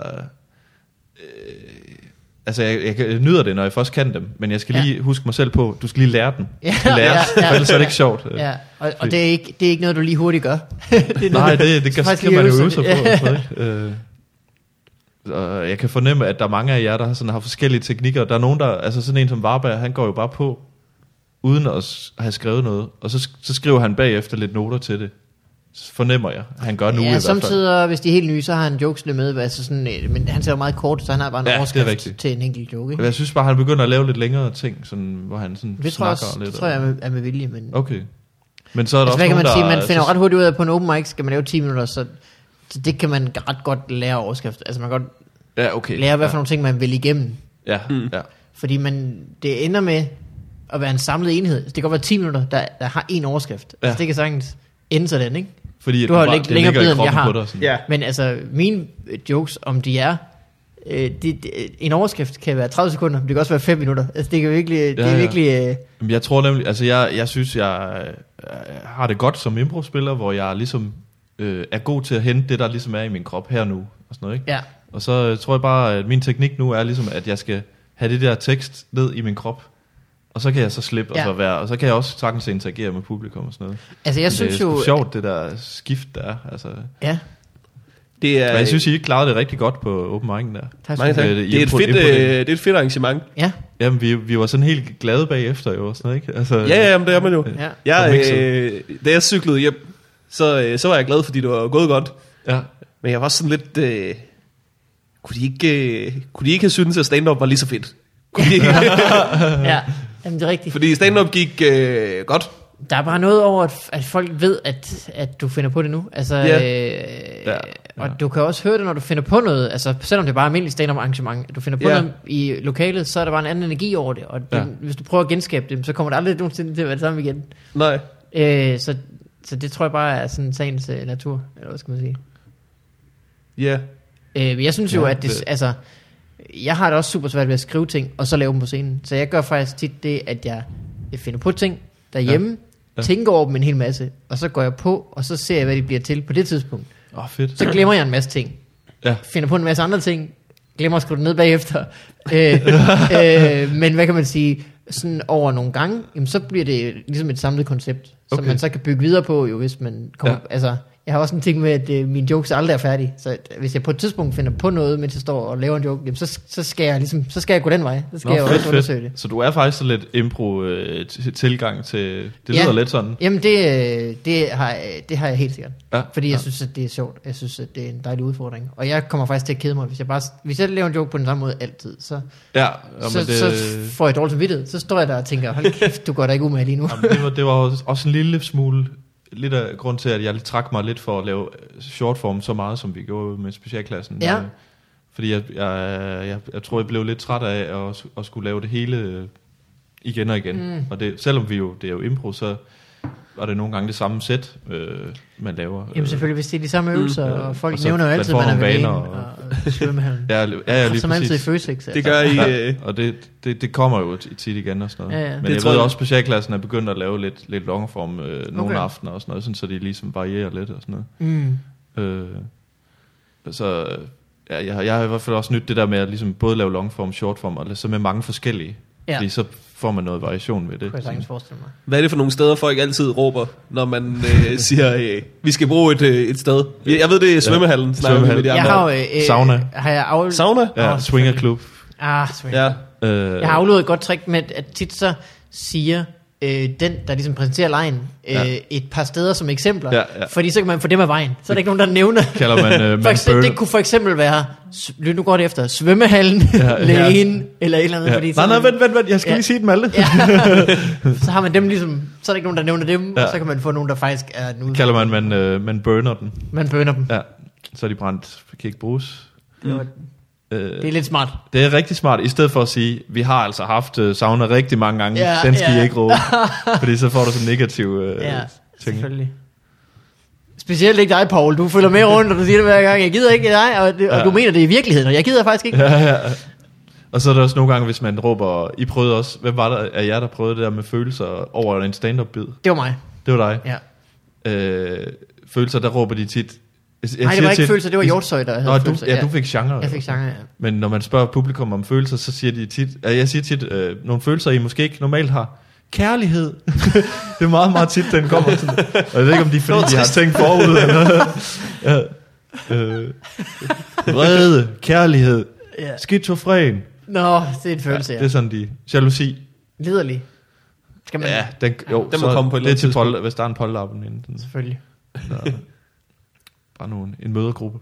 altså jeg nyder det, når jeg først kan dem, men jeg skal lige huske mig selv på, du skal lige lære den. For ellers er det ikke sjovt. Ja. Og det er ikke noget, du lige hurtigt gør. Nej, det kan man jo øve sig på. Og jeg kan fornemme, at der er mange af jer, der sådan har forskellige teknikker. Der er nogen, der, altså sådan en som Varberg, han går jo bare på, uden at have skrevet noget, og så skriver han bagefter lidt noter til det. Så fornemmer jeg, han gør nu i hvert fald. Samtidig, hvis de er helt nye, så har han jokes lidt med, altså sådan, men han ser jo meget kort, så han har bare en overskrift til en enkelt joke. Ikke? Jeg synes bare, han begynder at lave lidt længere ting, sådan, hvor han sådan det snakker lidt. Det tror jeg er med vilje. Men... Okay. Men så er der også hvad nogen, kan man sige? Man finder ret hurtigt ud af, at på en open mic skal man lave 10 minutter, så det kan man ret godt lære overskrift. Altså man kan godt lære, hvad for nogle ting man vil igennem. Ja. Fordi det ender med at være en samlet enhed. Det kan godt være 10 minutter, der har en overskrift. Altså det kan sagtens ende sådan, ikke? Fordi du har jo længere bid, end jeg har. Ja. Men altså, mine jokes, om de er... en overskrift kan være 30 sekunder, men det kan også være 5 minutter. Altså, det kan virkelig... Det er virkelig jeg tror nemlig... Altså, jeg synes, jeg har det godt som impro-spiller, hvor jeg ligesom er god til at hente det, der ligesom er i min krop her nu. Og sådan noget, ikke? Ja. Og så tror jeg bare, at min teknik nu er ligesom, at jeg skal have det der tekst ned i min krop. Og så kan jeg så slippe og så kan jeg også sagtens interagere med publikum og sådan noget. Altså jeg synes jo... Det er sjovt, det der skift der er. Altså. Ja. Men jeg synes, I ikke klarede det rigtig godt på open mic'en der. Det er et fedt arrangement. Ja. Jamen, vi var sådan helt glade bagefter jo, sådan noget, ikke? Altså, ja, men det er man jo. Ja. Da jeg cyklede hjem, så var jeg glad, fordi det var gået godt. Ja. Men jeg var sådan lidt... Kunne de ikke have syntes, at stand-up var lige så fedt? Ja, jamen det er rigtigt. Fordi stand-up gik godt, Der er bare noget over, at folk ved, at du finder på det nu. Altså, og du kan også høre det, når du finder på noget. Altså, selvom det er bare almindeligt stand-up arrangement. Du finder på noget i lokalet, så er der bare en anden energi over det. Og hvis du prøver at genskabe det, så kommer det aldrig nogensinde til at være det samme igen. Nej. Så det tror jeg bare er sådan sagens natur, eller hvad skal man sige. Ja. Jeg synes jo, at det, altså, jeg har det også super svært ved at skrive ting, og så lave dem på scenen. Så jeg gør faktisk tit det, at jeg finder på ting derhjemme, tænker over dem en hel masse, og så går jeg på, og så ser jeg, hvad de bliver til på det tidspunkt. Fedt. Så glemmer jeg en masse ting. Finder på en masse andre ting, glemmer at skrive det ned bagefter. Men hvad kan man sige, sådan over nogle gange, jamen, så bliver det ligesom et samlet koncept, som man så kan bygge videre på, jo, hvis man kommer, altså, jeg har også en ting med, at mine jokes aldrig er færdige, så hvis jeg på et tidspunkt finder på noget, mens jeg står og laver en joke, jamen, så skal jeg gå den vej, så skal jeg også undersøge det. Så du er faktisk så lidt impro-tilgang til, det lyder lidt sådan? Jamen det har jeg helt sikkert, fordi jeg synes, at det er sjovt, jeg synes, at det er en dejlig udfordring, og jeg kommer faktisk til at kede mig, hvis jeg laver en joke på den samme måde altid, så får jeg dårligt samvittighed, så står jeg der og tænker, hold kæft, du går da ikke ud med lige nu. Jamen, det var også en lille smule, lidt af grund til, at jeg trak mig lidt for at lave shortform så meget, som vi gjorde med specialklassen. Ja. Fordi jeg tror, jeg blev lidt træt af at skulle lave det hele igen og igen. Og selvom det er jo impro, så var det nogle gange det samme sæt, man laver. Jamen selvfølgelig, hvis det er de samme øvelser, og folk nævner jo altid, man er ved en og svømmehallen. Lige som altid i Føtex. Det gør I. Og det kommer jo tit igen og sådan noget. Men jeg ved også, specialklassen er begyndt at lave lidt longform nogle aftener og sådan noget, sådan, så de ligesom varierer lidt og sådan noget. Så jeg har i hvert fald også nyt det der med at ligesom både lave longform, shortform, og så med mange forskellige. Fordi så får man noget variation ved det. Hvad er det for nogle steder, folk altid råber, når man siger, vi skal bruge et sted? Jeg ved, det er svømmehallen. Jeg har sauna. Sauna? Ja, swingerklub. Swinger. Jeg har aflevet et godt trick med, at tit så siger den, der ligesom præsenterer lejen, et par steder som eksempler, fordi så kan man få dem af vejen. Så er der ikke nogen, der nævner. Kalder man det kunne for eksempel være, lyt nu godt efter, svømmehallen, lægen, eller et eller andet. Fordi nej, vent, jeg skal lige sige dem alle. Så har man dem ligesom, så er der ikke nogen, der nævner dem, og så kan man få nogen, der faktisk er nu. Kalder man burner dem. Man burner dem. Ja, så er de brændt, kan ikke bruges. Det er lidt smart. Det er rigtig smart, i stedet for at sige, vi har altså haft sauna rigtig mange gange, den skal I ikke råbe, fordi så får du sådan negativ ting. Selvfølgelig. Specielt ikke dig, Paul. Du følger med rundt, og du siger det hver gang, jeg gider ikke dig, og du mener det i virkeligheden, og jeg gider faktisk ikke. Og så er der også nogle gange, hvis man råber, I prøvede også, hvem var der af jer, der prøvede det der med følelser over en stand-up-bid? Det var mig. Det var dig? Ja. Følelser, der råber de tit. Nej, det var ikke følelser, det var Hjortshøj, der havde følelser. Du fik genre. Jeg fik genre, ja. Men når man spørger publikum om følelser, så siger de tit, jeg siger tit, nogle følelser, I måske ikke normalt har. Kærlighed. Det er meget, meget tit, den kommer sådan. Og jeg ved ikke, om de fordi, de har tænkt forud. Vrede, kærlighed, skizofren. Nå, det er en følelse, Det er sådan de. Jalousi. Liderlig. Skal man... Ja, den må komme på et lidt tidspunkt. Hvis der er en polterappen inden. Selvfølgelig. Bare en mødergruppe.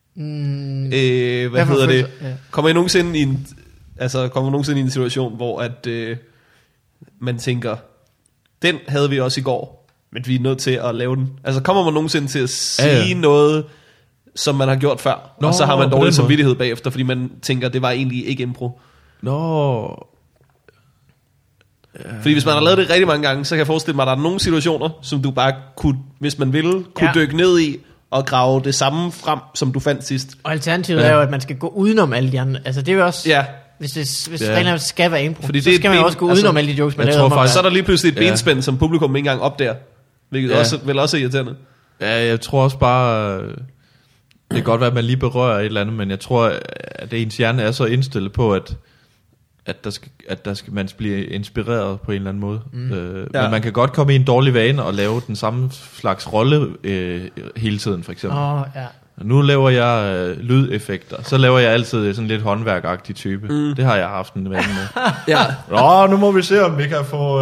Hvad hedder det? Ja. Kommer I nogensinde i en situation, hvor at man tænker, den havde vi også i går, men vi er nødt til at lave den. Altså kommer man nogensinde til at sige noget, som man har gjort før, og så har man dårlig samvittighed bagefter, fordi man tænker, det var egentlig ikke impro. Fordi hvis man har lavet det rigtig mange gange, så kan jeg forestille mig, at der er nogle situationer, som du bare kunne, hvis man ville, kunne dykke ned i, og grave det samme frem, som du fandt sidst. Og alternativet er jo, at man skal gå udenom alle de andre. Altså det er jo også, hvis reglerne skal være impro, så skal man jo også gå udenom alle de jokes, man lavede. Så er der lige pludselig et benspænd, som publikum ikke engang opdager. Hvilket vel også er irriterende. Ja, jeg tror også bare, det kan godt være, at man lige berører et eller andet, men jeg tror, at ens hjerne er så indstillet på, at man skal blive inspireret på en eller anden måde. Men man kan godt komme i en dårlig vane og lave den samme slags rolle hele tiden, for eksempel. Nu laver jeg lydeffekter. Så laver jeg altid sådan lidt håndværkagtig type. Det har jeg haft en vane med. Nu må vi se, om vi kan få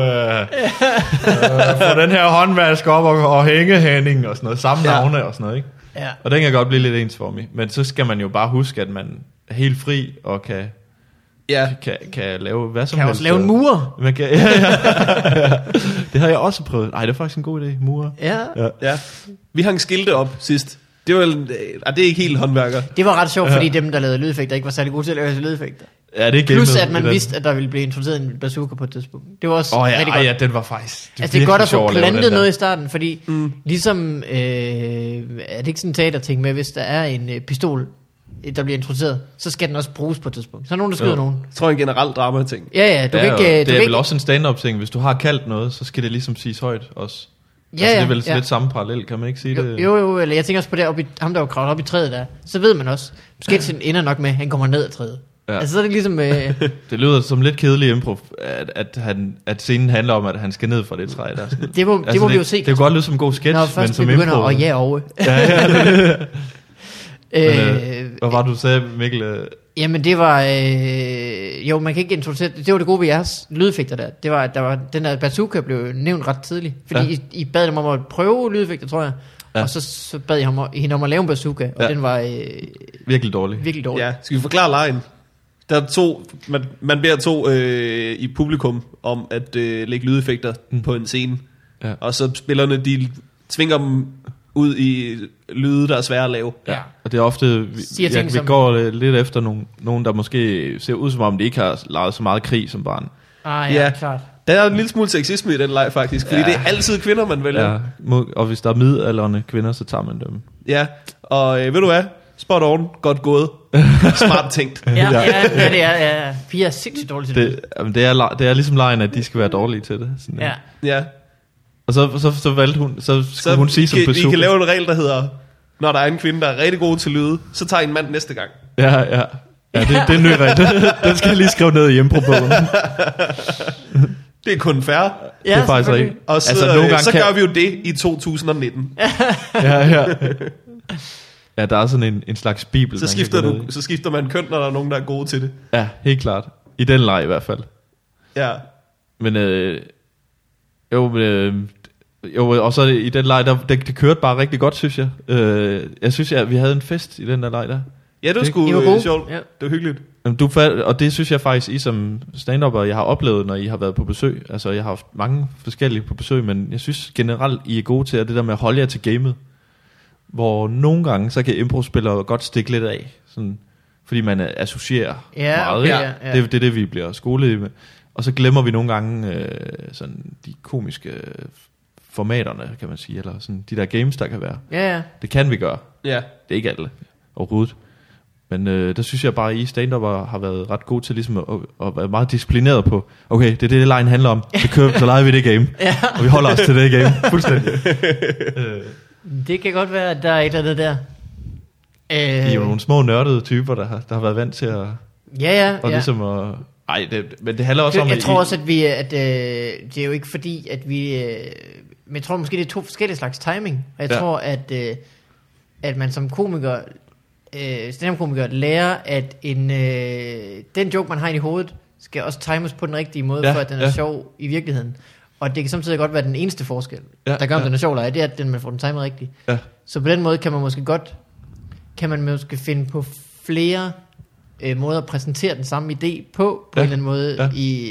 den her håndvask op og hængehænding og sådan noget. Samme navne og sådan noget, ikke? Og den kan godt blive lidt ensformig. Men så skal man jo bare huske, at man er helt fri og kan kan lave hvad som helst. Kan også lave en murer. Man kan, det har jeg også prøvet. Nej, det er faktisk en god idé, murer. Ja. Vi hang skilte op sidst. Det var det er ikke helt håndværker. Det var ret sjovt, fordi dem, der lavede lydeffekter, ikke var særlig gode til at lave lydeffekter. Ja, det er plus at man vidste, at der ville blive introduceret en bazooka på et tidspunkt. Det var også rigtig godt. Ja, den var faktisk det er godt at få plantet noget i starten, fordi ligesom er det ikke sådan en teaterting med, hvis der er en pistol, der bliver introduceret, så skal den også bruges på et tidspunkt. Så er nogen, der skyder nogen. Jeg tror en generel drama-ting. Ja, det er vel også en stand-up-ting. Hvis du har kaldt noget, så skal det ligesom siges højt også. Ja, det er vel lidt samme parallel, kan man ikke sige det? Jo, eller jeg tænker også på det, ham der var kravlet op i træet der, så ved man også, sketchen ender nok med, at han kommer ned ad træet. Ja. Altså så er det ligesom... det lyder som lidt kedelig improv, at scenen handler om, at han skal ned fra det træ der. Det må vi jo se. Det kan godt lyde som en god sketch, men som improv... Når først vi begynder at over. Hvad var du sagde, Mikkel? Jamen det var... jo, man kan ikke introducere... Det var det gode ved jeres lydeffekter der. Det var, at der var, den der bazooka blev nævnt ret tidligt. Fordi I bad dem om at prøve lydeffekter, tror jeg. Ja. Og så bad jeg hende om at lave en bazooka. Og den var... virkelig dårlig. Ja, skal vi forklare lejen? Der er man beder to i publikum om at lægge lydeffekter på en scene. Ja. Og så spillerne, de tvinger dem ud i lyde, der er svære at lave. Ja. Og det er ofte, vi går lidt efter nogen, der måske ser ud som om, de ikke har lavet så meget krig som barn. Ja, klart. Der er en lille smule sexisme i den leg faktisk, fordi det er altid kvinder, man vælger. Ja. Og hvis der er midaldrende kvinder, så tager man dem. Ja, og ved du hvad? Spot on, godt gået. Smart tænkt. Det er. Piger er sindssygt dårlige til det. Det er ligesom lejen, at de skal være dårlige til det. Sådan, ja. Og så valgte hun, så skulle hun sige som bazooka. I kan lave en regel, der hedder, når der er en kvinde, der er rigtig god til lyde, så tager en mand næste gang. Ja, det er en ny regel. Den skal jeg lige skrive ned i improbogen. Det er kun fair. Det er faktisk rigtigt. Og så, nogle gange så gør vi jo det i 2019. Ja, der er sådan en slags bibel. Så skifter man køn, når der er nogen, der er gode til det. Ja, helt klart. I den leg i hvert fald. Ja. Men og så i den leg, det kørte bare rigtig godt, synes jeg. Jeg synes, at vi havde en fest i den der leg der. Ja, det var sgu sjovt. Ja. Det var hyggeligt. Og det synes jeg faktisk, I som stand-upper, jeg har oplevet, når I har været på besøg. Altså, jeg har haft mange forskellige på besøg, men jeg synes generelt, I er gode til det der med at holde jer til gamet. Hvor nogle gange, så kan improspillere godt stikke lidt af. Sådan, fordi man associerer meget. Ja. Det er det, vi bliver skolet i med. Og så glemmer vi nogle gange sådan de komiske formaterne, kan man sige. Eller sådan de der games, der kan være. Ja. Det kan vi gøre. Ja. Det er ikke alle overhovedet. Men der synes jeg bare, at I stand-upper har været ret gode til ligesom at være meget disciplineret på, okay, det er det line handler om. Det kører, så leger vi det game. Og vi holder os til det game. Fuldstændig. Det kan godt være, at der er et eller andet der. I er jo nogle små nørdede typer, der har været vant til at... Og ligesom at... men det handler også om... Jeg tror også, at det er jo ikke fordi, at vi... men jeg tror måske, det er to forskellige slags timing. Og jeg tror, at man som komiker... stand-up-komiker lærer, at den joke, man har i hovedet, skal også times på den rigtige måde, for at den er sjov i virkeligheden. Og det kan samtidig godt være den eneste forskel, der gør, om den er sjov eller ej, det er, at man får den timet rigtigt. Ja. Så på den måde kan man måske finde på flere måder at præsentere den samme idé på en eller anden måde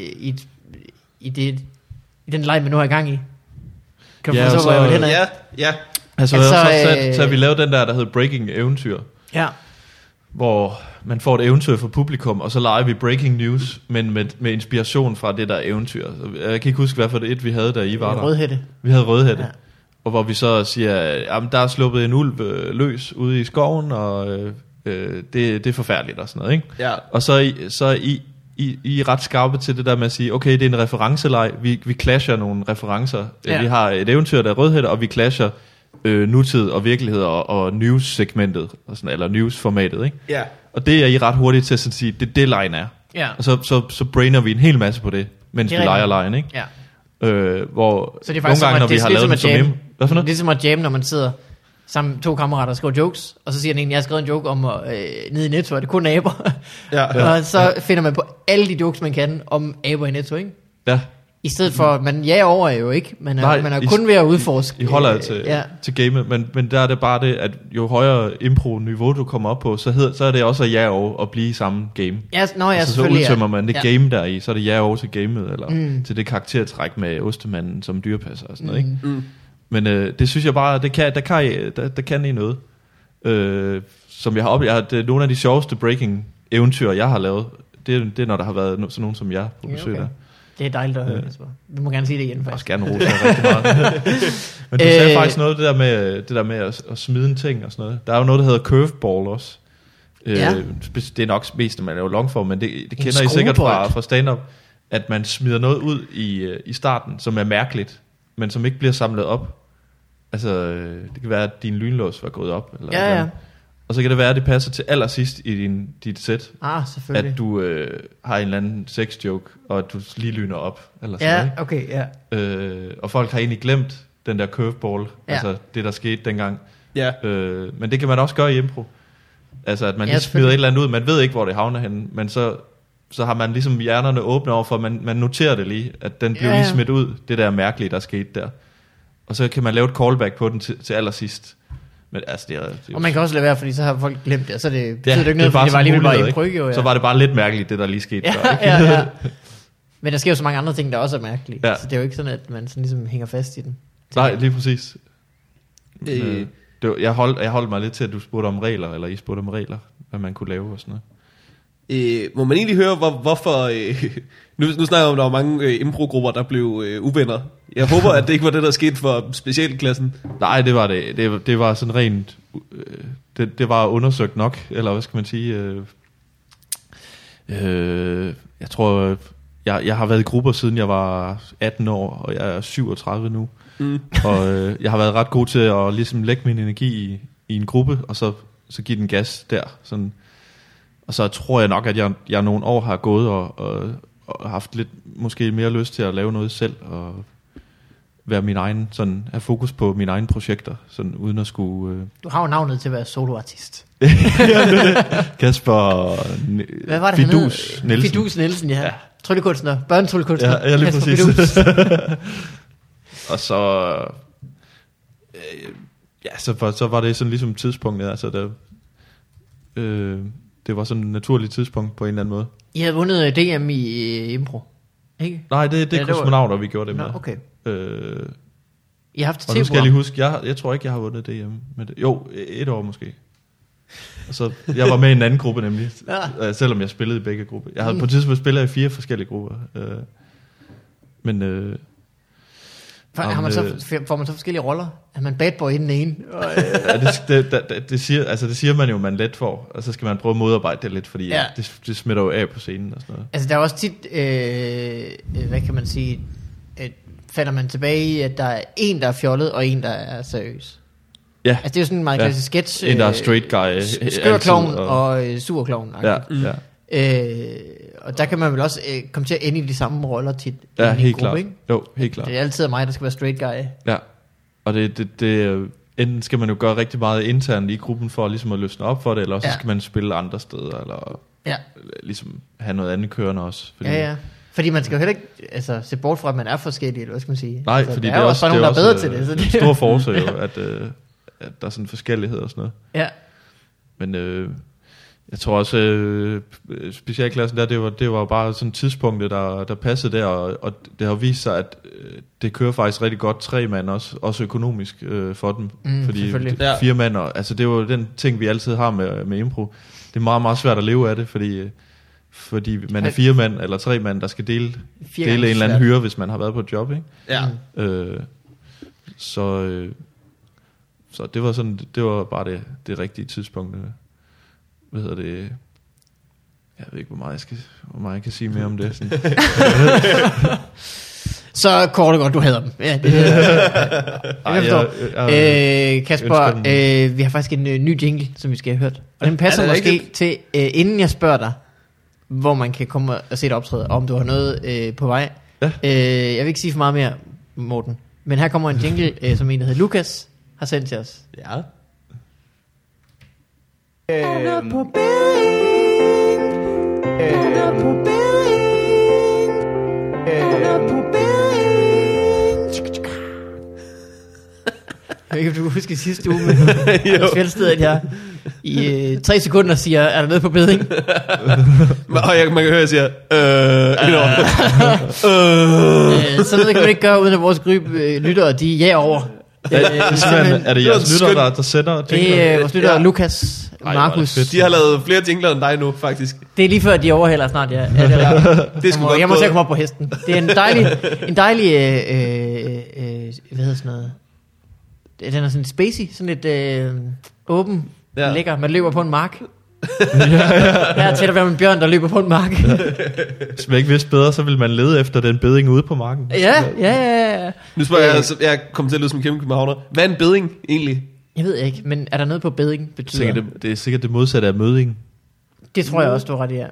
i den leg, man nu er i gang i. Kan du forstå, hvor jeg vil hen ad? Ja. Altså så vi lavede den der hedder Breaking Eventyr. Ja. Hvor man får et eventyr for publikum, og så leger vi breaking news, men med inspiration fra det der eventyr. Jeg kan ikke huske, hvad for det vi havde, da I var der. Rødhætte. Vi havde Rødhætte. Ja. Og hvor vi så siger, at der er sluppet en ulv løs ude i skoven, og det er forfærdeligt og sådan noget, ikke? Ja. Og så I er ret skarpe til det der med at sige, okay, det er en referenceleg, vi clasher nogle referencer. Ja. Vi har et eventyr, der er Rødhætte, og vi clasher nutid og virkelighed og news-segmentet, og sådan, eller news-formatet, ikke? Ja. Og det er I ret hurtigt til at sige, det line er. Ja. Og så brainer vi en hel masse på det, mens vi leger lejen, ikke? Ja. Hvor så det er nogle gange, når vi har lavet det som hjemme... Hvad for noget? Det er som at jamme, når man sidder sammen to kammerater og skriver jokes, og så siger den ene, jeg har skrevet en joke om nede i Netto, og det er kun aber. Og så finder man på alle de jokes, man kan om aber i Netto, ikke? Ja. I stedet for, man over jo ikke. Man er kun ved at udforske. I holder til gamet, men der er det bare det, at jo højere impro-niveau du kommer op på, så er det også at over at blive i samme game. Ja, så udtømmer man det game der i, så er det over til gamet, eller til det karaktertræk med ostemanden som dyrepasser og sådan noget, ikke? Men det synes jeg bare, der kan I noget. Som jeg har oplevet, det er nogle af de sjoveste breaking-eventyr, jeg har lavet. Det er, når der har været sådan nogen som jeg på besøg der. Det er dejligt at høre, vi må gerne sige det igen. Jeg også gerne rose rigtig meget. Men du sagde faktisk noget, det der med at smide en ting og sådan noget. Der er jo noget, der hedder curveball også. Det er nok mest, når man laver longform, men det kender I sikkert fra stand-up, at man smider noget ud i starten, som er mærkeligt, men som ikke bliver samlet op. Altså, det kan være, at din lynlås var gået op. Eller og så kan det være, at det passer til allersidst i dit sæt. Selvfølgelig. At du har en eller anden sex-joke, og at du lige lyner op. Eller sådan noget, okay, og folk har egentlig glemt den der curveball, altså det, der skete dengang. Men det kan man også gøre i impro. Altså, at man lige smider et eller andet ud, man ved ikke, hvor det havner henne, men så har man ligesom hjernerne åbne over for, man noterer det lige, at den blev lige smidt ud, det der mærkelige, der skete der. Og så kan man lave et callback på den til allersidst. Men altså, det er og man kan også lade være, fordi så har folk glemt det, og så det betyder det ikke noget, fordi det var alligevel bare impro. Så var det bare lidt mærkeligt, det der lige skete. Men der sker jo så mange andre ting, der også er mærkelige. Så det er jo ikke sådan, at man sådan ligesom hænger fast i den. Nej, lige præcis. Jeg holdt mig lidt til, at du spurgte om regler, eller I spurgte om regler, hvad man kunne lave og sådan noget. Må man egentlig høre, hvorfor... Nu snakker jeg om, der var mange improgrupper, der blev uvenner. Jeg håber, at det ikke var det, der skete for specialklassen. Nej, det var det. Det var sådan rent... Det var undersøgt nok, eller hvad skal man sige... jeg tror... Jeg har været i grupper, siden jeg var 18 år, og jeg er 37 nu. Og jeg har været ret god til at ligesom lægge min energi i en gruppe, og så give den gas der. Sådan. Og så tror jeg nok, at jeg nogle år har gået og haft lidt måske mere lyst til at lave noget selv, og være min egen, sådan have fokus på mine egne projekter, sådan uden at skulle... Du har jo navnet til at være soloartist. Kasper hvad var det, Fidus Nielsen. Fidus Nielsen, ja. Tryllekunstner, børnetryllekunstner. Ja, lige præcis. Og så... så var det sådan ligesom tidspunktet, altså det var sådan et naturligt tidspunkt på en eller anden måde. I havde vundet DM i impro, ikke? Nej, det er kosmonauter, vi gjorde det med. Okay. I har haft og nu skal jeg lige huske, jeg tror ikke, jeg har vundet DM med det. Jo, 1 år måske. Og så, jeg var med i en anden gruppe nemlig, selvom jeg spillede i begge grupper. Jeg havde på et tidspunkt spillet i 4 forskellige grupper. Men... får man så forskellige roller? Er man bad boy i den ene? Det siger man jo, man let får. Og så skal man prøve at modarbejde det lidt, fordi det smitter jo af på scenen og sådan noget. Altså der er også tit, hvad kan man sige, falder man tilbage i, at der er en, der er fjollet, og en, der er seriøs. Ja. Altså det er jo sådan en meget klassisk sketch. En, der er straight guy. Skørklovn og surklovn. Ja. Og der kan man vel også komme til at ende i de samme roller tit. Ja, helt klart. Jo, helt klart. Det er altid mig, der skal være straight guy. Ja, og det enten skal man jo gøre rigtig meget internt i gruppen for ligesom at løsne op for det, eller også skal man spille andre steder, eller ligesom have noget andet kørende også. Fordi fordi man skal jo heller ikke se bort fra, at man er forskellig, eller hvad skal man sige? Nej, altså, fordi der er jo også nogen, der er bedre til det. Så det er en stor forsøg jo, at der er sådan forskellighed og sådan noget. Ja. Men jeg tror også, specialklassen der, det var bare sådan tidspunktet, der passede der, og det har vist sig, at det kører faktisk rigtig godt 3 mand også økonomisk for dem. Fordi 4 mand, altså det er jo den ting, vi altid har med impro. Det er meget, meget svært at leve af det, fordi man er 4 mand eller 3 mand, der skal dele en eller anden hyre, hvis man har været på et job, ikke? Ja. Så det var sådan, det var bare det rigtige tidspunkt. Hvad hedder det? Jeg ved ikke, hvor meget jeg kan sige mere om det. Sådan. Så kort og godt, du hader dem. Ja, det Kasper, vi har faktisk en ny jingle, som vi skal have hørt. Og den passer måske til, inden jeg spørger dig, hvor man kan komme og se et optræde, om du har noget på vej. Ja. Jeg vil ikke sige for meget mere, Morten. Men her kommer en jingle, som en, der hedder Lukas, har sendt til os. Ja. Under på billing. Under på billing. Under på billing. Jeg kan huske sidste uge med Fjeldsted, at jeg i 3 sekunder siger, er der noget på beding? Og man kan høre, at jeg siger, så noget kan man ikke gøre, uden at vores lyttere, de jager over. Er det jeres lyttere, der sender jingler? Det er vores lyttere, Lukas, Markus. De har lavet flere jingler end dig nu, faktisk. Det er lige før, de overhælder snart, ja. Jeg må se at komme op på hesten. Det er en dejlig hvad hedder sådan noget? Den er sådan spacey, sådan lidt åben, lækker. Man løber på en mark. Her til at være en bjørn, der løber på en mark. Hvis man ikke vidste bedre, så ville man lede efter den beding ude på marken. Ja. Nu spørger jeg kommer til at lyde som kæmpe københavner. Hvad er en beding egentlig? Jeg ved ikke, men er der noget på beding betyder? Det er sikkert det modsatte af møding. Det tror jeg også, du er ret i,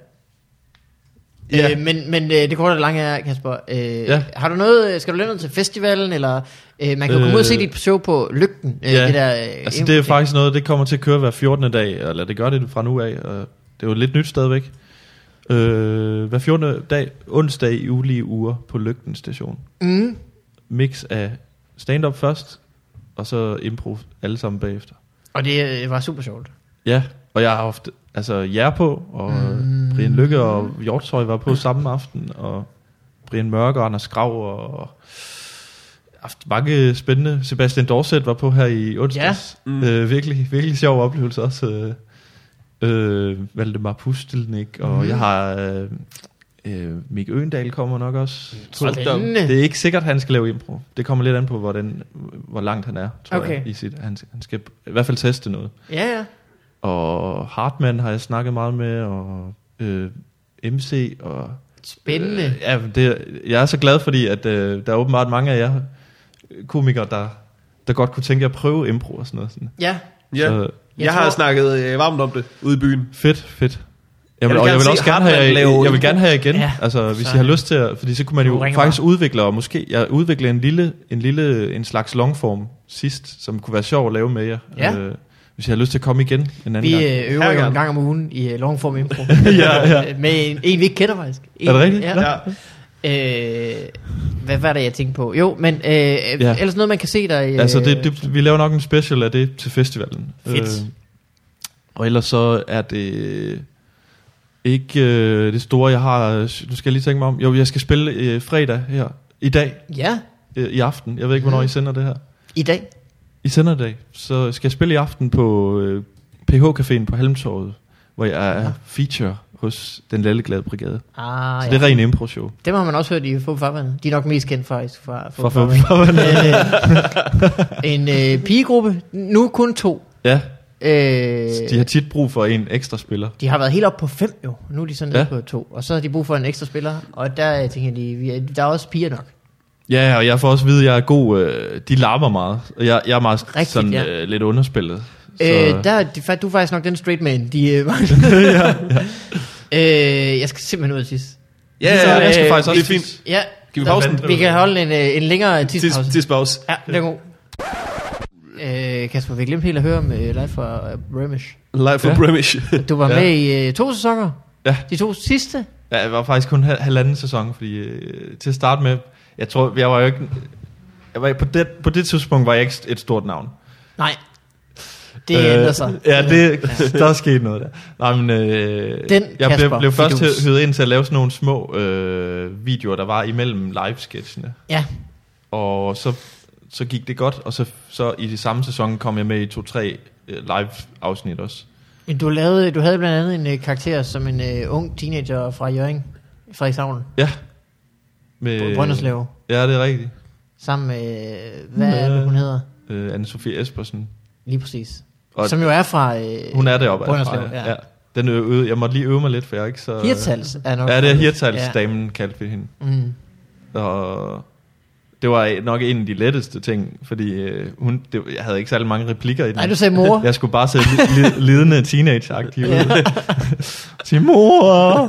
ja. Men det korte og lange er, Kasper, har du noget, skal du lave noget til festivalen, eller man kan jo komme ud og se dit show på Lygten, det der, altså det er faktisk noget, det kommer til at køre hver 14. dag, eller det gør det fra nu af, og det er jo lidt nyt stadigvæk. Hver 14. dag, onsdag i ulige uger på Lygten station. Mix af stand-up først, og så impro alle sammen bagefter. Og det var super sjovt. Ja, og jeg har haft jer på, og Brian Lykke og Hjortshøj var på samme aften, og Brian Mørk og Anders Grav, og haft mange spændende. Sebastian Dorset var på her i onsdags. Virkelig sjov oplevelse også. Valdemar Pustelnik, og jeg har Mik Øgendal kommer nok også. Det er ikke sikkert, at han skal lave impro. Det kommer lidt an på, hvor langt han er, tror jeg. I sit. Han skal i hvert fald teste noget. Ja. Og Hartmann har jeg snakket meget med, og MC. Og, spændende. Jeg er så glad, fordi at, der er åbenbart mange af jer komikere, der godt kunne tænke at prøve impro og sådan noget. Sådan. Ja. Så, jeg har snakket varmt om det ude i byen. Fedt. Jeg vil også gerne have jer igen. Ja, altså hvis I har lyst til at, fordi så kunne man jo faktisk udvikle, og måske jeg udvikle en slags longform sidst, som kunne være sjov at lave med jer. Ja. Hvis jeg har lyst til at komme igen en anden gang. Vi øver jo en gang om ugen i longform impro. Med en vi ikke kender faktisk. Er det rigtigt? Ja. Hvad var det jeg tænkte på? Jo, men ellers noget man kan se der. Altså vi laver nok en special af det til festivalen. Fedt. Og ellers så er det ikke det store jeg har. Nu skal jeg lige tænke mig om. Jo, jeg skal spille fredag her i dag. Ja. I aften. Jeg ved ikke hvornår I sender det her. I dag. I sender det. Så skal jeg spille i aften på PH-caféen på Halmtorvet, hvor jeg er feature hos Den Lalleglade Brigade. Så det er ren impro-show. Dem har man også hørt i Fup Farvandet. De er nok mest kendt faktisk fra Fup Farvandet. En pigegruppe. Nu kun 2. Ja. De har tit brug for en ekstra spiller. De har været helt op på 5 jo. Nu er de sådan nede på 2. Og så har de brug for en ekstra spiller. Og der tænker de, der er også piger nok. Ja, og jeg får også at vide, at jeg er god. De larmer meget. Og jeg er meget sådan lidt underspillet. Du er faktisk nok den straight man. Jeg skal simpelthen ud af sidst. Jeg skal faktisk også. Det er fint. Ja. Giv pausen. Vi kan holde en længere tidspause. Ja, det er god. Kasper, vi glemte helt at høre om Live for Bremish. Live for Bremish. Du var med i 2 sæsoner. Ja. De 2 sidste. Ja, jeg var faktisk kun halvanden sæson, fordi til at starte med, jeg tror, jeg var jo ikke, på det tidspunkt var jeg ikke et stort navn. Nej. Det ændrer sig. Ja, der er sket noget der. Nej, men jeg blev først høvet ind til at lave sådan nogle små videoer, der var imellem live-sketchene. Ja. Og så gik det godt, og så i de samme sæson kom jeg med i 2-3 live-afsnit også. Du havde blandt andet en karakter som en ung teenager fra Hjørring, Frederikshavn. Ja. Med Brønderslev. Ja, det er rigtigt. Sammen med, hvad er det, hun hedder? Anne-Sophie Espersen. Lige præcis. Og som jo er fra hun er deroppe. Brønderslev, ja. Den jeg måtte lige øve mig lidt, for jeg er ikke så... Hirtals er nok... Ja, det er Hirtals-damen, kaldte vi hende. Og det var nok en af de letteste ting, fordi jeg havde ikke særlig mange replikker i den. Nej, du sagde mor. Jeg skulle bare se lidende teenage-agtig ud. Sige mor!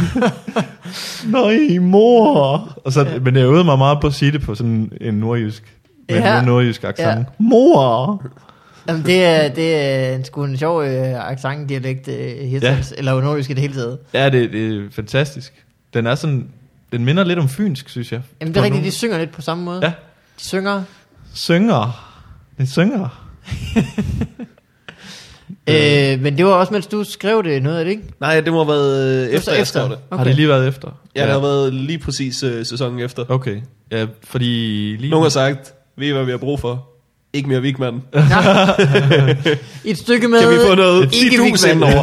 Nej, mor! Og så, men jeg øvede mig meget på at sige det på sådan en nordjysk accent. Ja. Mor! Jamen, det er sgu en sjov accent-dialekt, eller nordjysk i det hele taget. Ja, det er fantastisk. Den er sådan... Den minder lidt om fynsk, synes jeg. Jamen det er rigtigt, de synger lidt på samme måde. Ja. De synger. Det synger. Men det var også, mens du skrev det, noget af det, ikke? Nej, det må have været efter jeg skrev det. Okay. Har det lige været efter? Ja, det har været lige præcis sæsonen efter. Okay. Ja, fordi lige... Nogen har sagt, ved I hvad vi har brug for? Ikke mere Wigman. Et stykke med... Kan vi få noget fidus indover?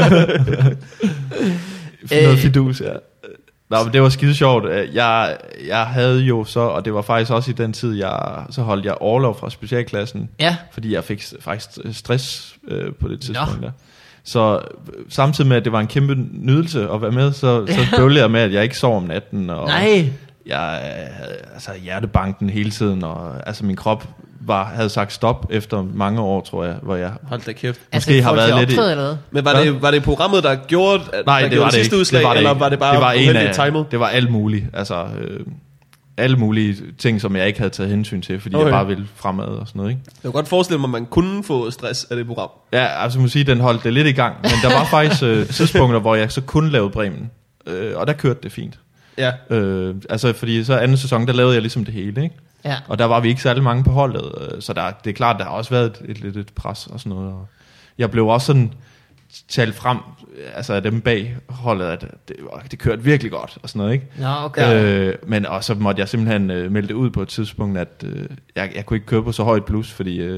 Noget fidus, ja. Nå, men det var skide sjovt. Jeg havde jo så, og det var faktisk også i den tid, så holdt jeg orlov fra specialklassen, fordi jeg fik faktisk stress på det tidspunkt der. Så samtidig med, at det var en kæmpe nydelse at være med, så bøvlede jeg med, at jeg ikke sov om natten, og jeg havde hjertebanken hele tiden, og altså min krop havde sagt stop efter mange år, tror jeg, hvor jeg hold da kæft. Måske har været lidt Men var det programmet, der gjorde det sidste udslag, eller var det bare uheldigt timet? Det var alt muligt, altså alle mulige ting, som jeg ikke havde taget hensyn til, fordi jeg bare ville fremad og sådan noget, ikke? Jeg kan godt forestille mig, at man kunne få stress af det program. Ja, altså man må sige, den holdt det lidt i gang, men der var faktisk tidspunkter, hvor jeg så kun lavede Bremen, og der kørte det fint. Ja. Altså fordi så anden sæson, der lavede jeg ligesom det hele, ikke? Ja. Og der var vi ikke særlig mange på holdet, så det er klart, der har også været et pres og sådan noget. Og jeg blev også sådan talt frem, altså af dem bag holdet, at det kørte virkelig godt og sådan noget, ikke? Ja, okay. Men også måtte jeg simpelthen melde det ud på et tidspunkt, at jeg kunne ikke køre på så højt plus, fordi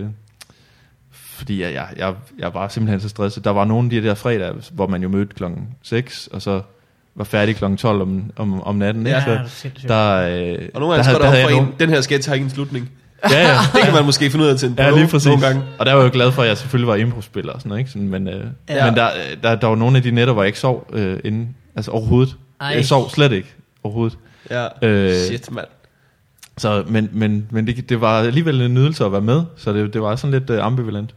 jeg var simpelthen så stresset. Der var nogle af de der fredage, hvor man jo mødte klokken 6, og så var færdig klokken 12 om natten. Ja, så og nogle gange skal der op for en, den her sketch har ikke en slutning. Ja. Det kan man måske finde ud af til en lige præcis. Nogle gange. Og der var jeg jo glad for, at jeg selvfølgelig var impro-spiller og sådan noget, ikke? Sådan, men der var nogle af de nætter, hvor jeg ikke sov inden, altså overhovedet. Jeg sov slet ikke overhovedet. Ja. Shit, mand. Så, men det var alligevel en nydelse at være med, så det var sådan lidt ambivalent.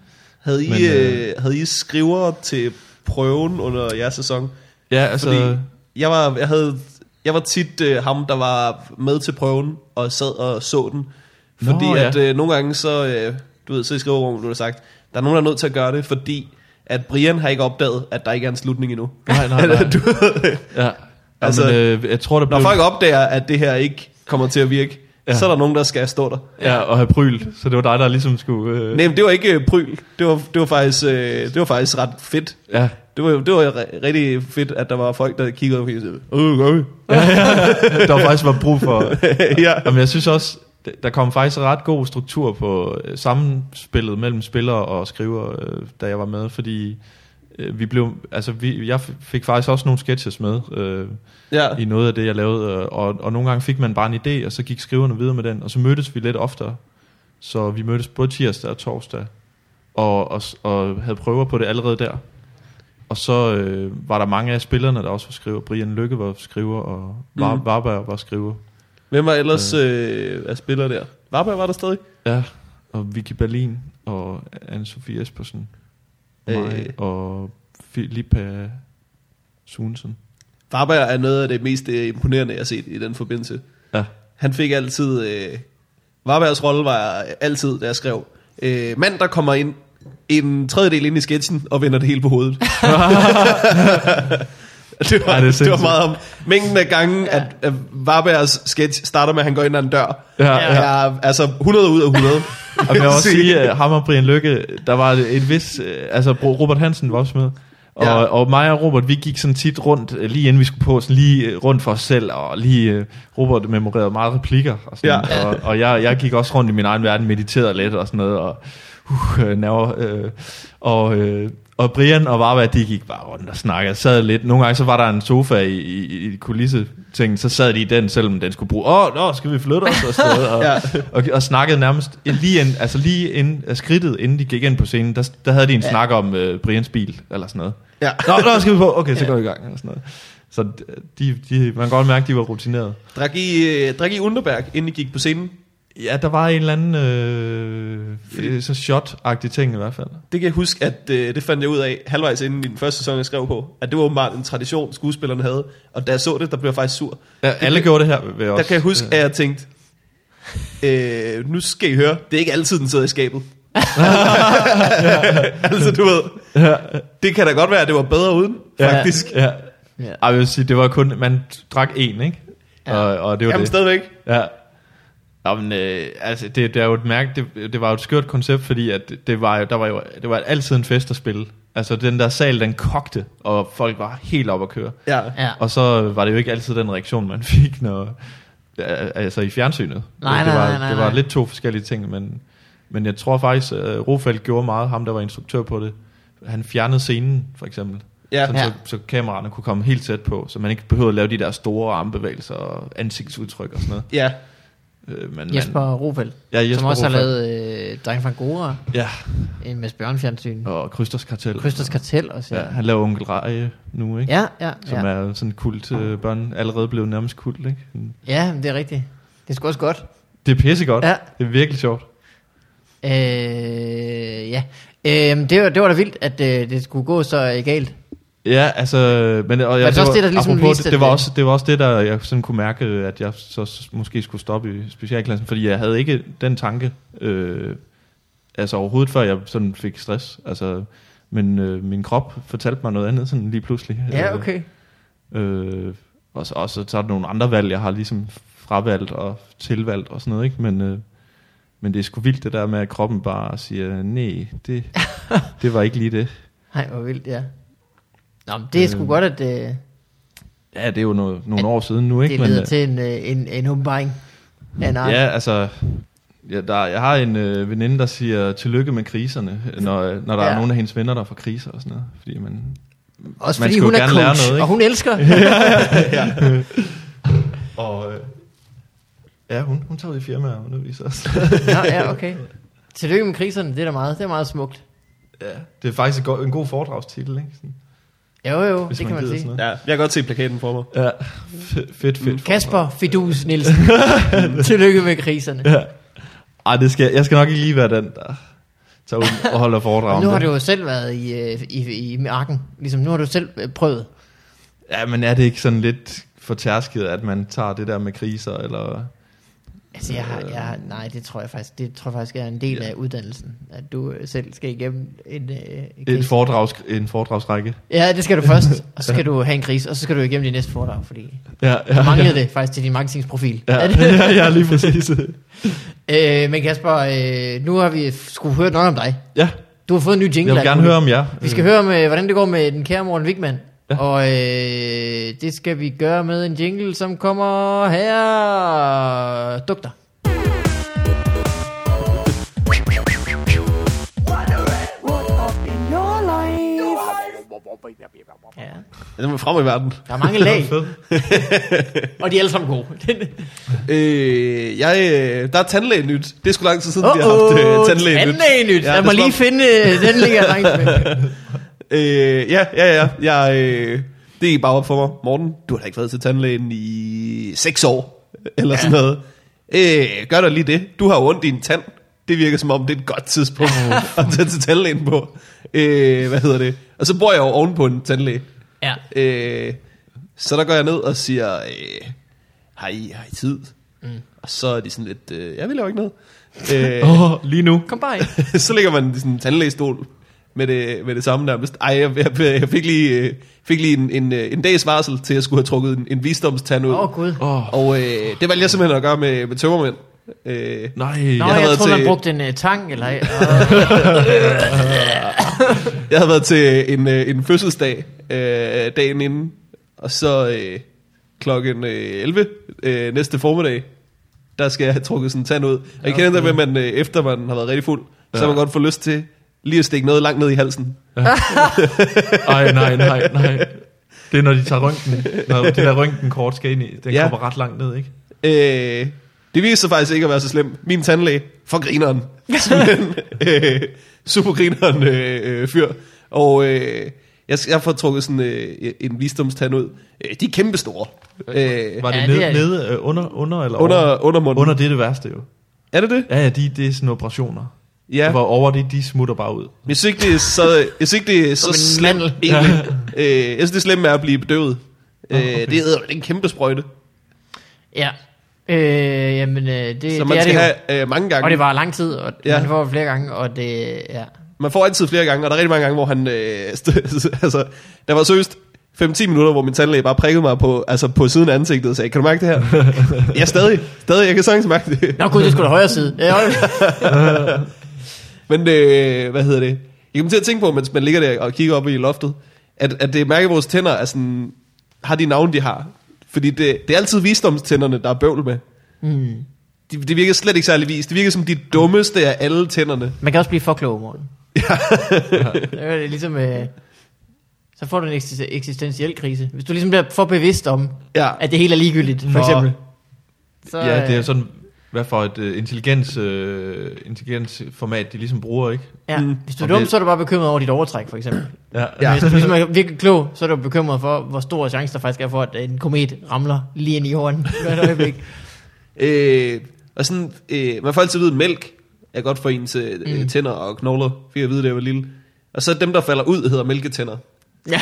Havde I skrivere til prøven under jeres sæson? Ja, altså... Fordi jeg var tit ham, der var med til prøven og sad og så den. Fordi nogle gange så, du ved, så i skriverummet, du har sagt, der er nogen, der er nødt til at gøre det, fordi at Brian har ikke opdaget, at der ikke er en slutning endnu. Nej. Ja. Altså, jeg tror, når folk opdager, at det her ikke kommer til at virke, så er der nogen, der skal stå der. Ja, og have pryl. Så det var dig, der ligesom skulle... Nej, men det var ikke pryl. Det var faktisk ret fedt. Ja. Det var rigtig fedt, at der var folk, der kiggede og sagde, der var faktisk var brug for... Ja. Jamen, jeg synes også, der kom faktisk ret god struktur på sammenspillet mellem spillere og skriver, da jeg var med, fordi jeg fik faktisk også nogle sketches med i noget af det, jeg lavede, og nogle gange fik man bare en idé, og så gik skriverne videre med den, og så mødtes vi lidt oftere. Så vi mødtes både tirsdag og torsdag, og havde prøver på det allerede der. Og så var der mange af spillerne, der også var skriver. Brian Lykke var skriver, og Varberg var skriver. Hvem var ellers af spillere der? Varberg var der stadig? Ja, og Vicky Berlin, og Anne-Sophie Espersen, mig, og Filippa Sunsen. Varberg er noget af det mest imponerende, jeg har set i den forbindelse. Ja. Han fik altid... Varbergs rolle var altid, da jeg skrev, mand, der kommer ind en tredjedel ind i sketchen og vender det hele på hovedet. Det var meget om mængden af gange, at Varbergs sketch starter med, at han går ind ad en dør. Ja. Altså 100 ud af 100. Og jeg vil også sige, at ham og Brian Lykke, der var et vis... Altså Robert Hansen var også med. Og mig og Robert, vi gik sådan tit rundt, lige inden vi skulle på, sådan lige rundt for os selv, og lige Robert memorerede meget replikker. Og, sådan, og jeg gik også rundt i min egen verden, mediterede lidt og sådan noget, og Brian og Varberg, de gik bare rundt og snakkede, sad lidt. Nogle gange så var der en sofa i kulisse-tingen, så sad de i den, selvom den skulle bruge, skal vi flytte os og sådan noget, og snakkede nærmest lige inden skridtet, inden de gik ind på scenen, der havde de en snak om Brians bil, eller sådan noget. Ja. Nå, skal vi på? Okay, så går vi i gang, eller sådan noget. Så man kan godt mærke, de var rutineret. Drak I Underberg, inden I gik på scenen? Ja, der var en eller anden så shot-agtig ting i hvert fald. Det kan jeg huske, at det fandt jeg ud af halvvejs inden i den første sæson, jeg skrev på. At det var åbenbart en tradition, skuespillerne havde. Og da jeg så det, der blev jeg faktisk sur. Ja, alle gjorde det her ved os. Der kan jeg huske, at jeg tænkte, nu skal I høre, det er ikke altid, den sidder i skabet. Altså, du ved, det kan da godt være, at det var bedre uden, faktisk. Ja. Jeg vil sige, det var kun, man drak én, ikke? Ja. Og det var Jamen, det. Stadigvæk. Ja. Jamen, altså, det er jo et mærke, det var jo et skørt koncept, fordi at det var altid en fest at spille. Altså, den der sal, den kogte, og folk var helt op at køre. Ja. Og så var det jo ikke altid den reaktion, man fik, når, altså i fjernsynet. Nej. Det var lidt to forskellige ting, men jeg tror faktisk, at Rofeldt gjorde meget, ham der var instruktør på det. Han fjernede scenen, for eksempel. Ja. Så kameraerne kunne komme helt tæt på, så man ikke behøvede at lave de der store armbevægelser og ansigtsudtryk og sådan noget. Ja. Jesper Rofeldt, som også har lavet Dreng van Gora. Ja. En med Spørgenfjernsyn. Og Krysters Kartel også, ja. Han laver Onkel Reje nu, ikke? Ja. Som er sådan kult børn, allerede blevet nærmest kult, ikke? Ja, det er rigtigt. Det er sgu også godt. Det er pissegodt. Ja. Det er virkelig sjovt. Ja. Det var da vildt, at det skulle gå så galt. Ja, altså, men det var også det, der ligesom viste, det var også det, der jeg sådan kunne mærke, at jeg så måske skulle stoppe i specialklassen, fordi jeg havde ikke den tanke, altså overhovedet før jeg sådan fik stress, altså, men min krop fortalte mig noget andet sådan lige pludselig. Ja, okay. Og så er der nogle andre valg, jeg har ligesom fravalgt og tilvalgt og sådan noget, ikke? Men det er sgu vildt det der med, at kroppen bare siger, nej, det var ikke lige det. Nej, hvor vildt, ja. Nå, men det er sgu godt, at ja, det er jo nogle år siden nu, ikke? Det leder til en åbenbaring. Ja, altså, jeg har en veninde, der siger tillykke med kriserne, når der er nogle af hendes venner, der får kriser og sådan noget. Fordi også fordi hun er coach, noget, og hun elsker. Ja. Og ja, hun tager ud i firmaer og underviser os. Ja, okay. Tillykke med kriserne, det er meget smukt. Ja, det er faktisk en god foredragstitel, ikke? Sådan. Jo, det kan man sige. Ja, jeg kan godt se plakaten for mig. Ja, fedt. Kasper Fidus Nielsen. Tillykke med kriserne. Ja. Ej, jeg skal nok ikke lige være den, der tager ud og holder foredrag. Nu har du jo selv været i marken. Ligesom, nu har du selv prøvet. Ja, men er det ikke sådan lidt fortærsket, at man tager det der med kriser, eller... Altså, nej, det tror jeg faktisk er en del af uddannelsen, at du selv skal igennem en foredragsrække. Ja, det skal du først, og så skal du have en krise, og så skal du igennem din næste foredrag, fordi du manglede det faktisk til din marketingsprofil. Ja, lige præcis. Men Kasper, nu har vi skulle høre noget om dig. Ja. Du har fået en ny jingle. Jeg vil gerne høre om jer. Vi skal høre om, hvordan det går med den kære Morten Wigman. Ja. Og det skal vi gøre med en jingle, som kommer her. Dugter. Ja. Den er frem i verden. Der er mange lag. Og de er alle sammen gode. Der er tandlægenyt. Det er sgu lang tid siden, vi har haft tandlægenyt. Tandlægenyt. Ja, jeg må lige finde, den ligger langt med. Ja. Det gik bare op for mig. Morten, du har da ikke været til tandlægen i 6 år. Eller sådan noget. Gør der lige det. Du har jo ondt i en tand. Det virker som om, det er et godt tidspunkt at tage til tandlægen på. Hvad hedder det? Og så bor jeg jo ovenpå en tandlæge. Ja. Så der går jeg ned og siger, har I tid? Og så er de sådan lidt, jeg vil jo ikke noget. Lige nu. Kom bare ind. Så ligger man i sådan en tandlægestol med det samme nærmest. Jeg fik lige en dags varsel til, at jeg skulle have trukket en visdomstand ud. Gud. Og det valgte jeg simpelthen at gøre med tømmermænd. Nej. Jeg troede, man brugte en tang eller... Jeg havde været til en fødselsdag dagen inden, og så klokken 11 næste formiddag, der skal jeg have trukket sådan en tand ud. Og jeg kender det med, at man efter man har været rigtig fuld, så har man godt få lyst til lige at stikke noget langt ned i halsen. Ja. Ej, nej. Det er når de tager røntgen. Når det der røntgenkort skal ind i, den kommer ret langt ned, ikke? Det viser sig faktisk ikke at være så slemt. Min tandlæge, for grineren. Super grineren fyr. Og jeg får trukket sådan en visdomstand ud. De er kæmpestore. Var det nede under eller under munden? Under det er det værste jo. Er det det? Ja, det er sådan operationer. Ja. Hvor over de smutter bare ud. Jeg synes ikke, det er så slemt. Jeg synes, det er slemt med at blive bedøvet. Det er en kæmpe sprøjte. Ja. Jamen, så man skal have mange gange. Og det var lang tid, og man får flere gange, og det, Man får altid flere gange, og der er rigtig mange gange, hvor han, altså, der var seriøst 5-10 minutter, hvor min tandlæge bare prikkede mig på siden af ansigtet og sagde, kan du mærke det her? Ja, stadig, jeg kan sagtens mærke det. Nå gud, det skulle da højre side. Ja, men hvad hedder det? Jeg kommer til at tænke på, mens man ligger der og kigger op i loftet, at det mærker, at vores tænder er sådan, har de navne, de har. Fordi det er altid visdomstænderne, der er bøvl med. Det virker slet ikke særlig vis. Det virker som de dummeste af alle tænderne. Man kan også blive for klog, Morten. Ja. Det er ligesom... så får du en eksistentiel krise. Hvis du ligesom bliver for bevidst om, at det hele er ligegyldigt, for eksempel. Så, ja, det er sådan, hvad for et intelligensformat, de ligesom bruger, ikke? Ja, hvis du er dum, så er du bare bekymret over dit overtræk, for eksempel. Ja. Hvis du ligesom er virkelig klog, så er du bekymret for, hvor stor chance der faktisk er for, at en komet ramler lige ind i jorden. Og sådan, man får altid at vide, at mælk er godt for ens tænder og knogler, fordi jeg ved, det var lille. Og så dem, der falder ud, hedder mælketænder. Ja.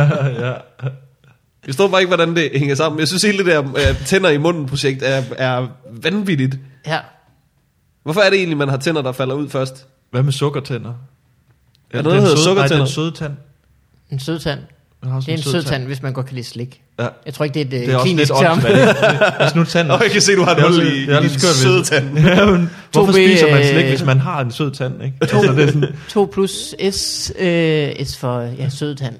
Jeg forstår bare ikke, hvordan det hænger sammen. Jeg synes, hele det der tænder i munden projekt er vanvittigt. Ja. Hvorfor er det egentlig, man har tænder, der falder ud først? Hvad med sukkertænder? Er der noget, der hedder sukkertænder? Nej, den søde tand. En sød tand. Det er en sød tand, hvis man godt kan lide slik. Ja. Jeg tror ikke, det er et klinisk term. Hvis nu tanden... jeg kan se, du har et hul i din søde tand. Hvorfor spiser man slik, hvis man har en sød tand? Ikke? 2 plus S for sød tand.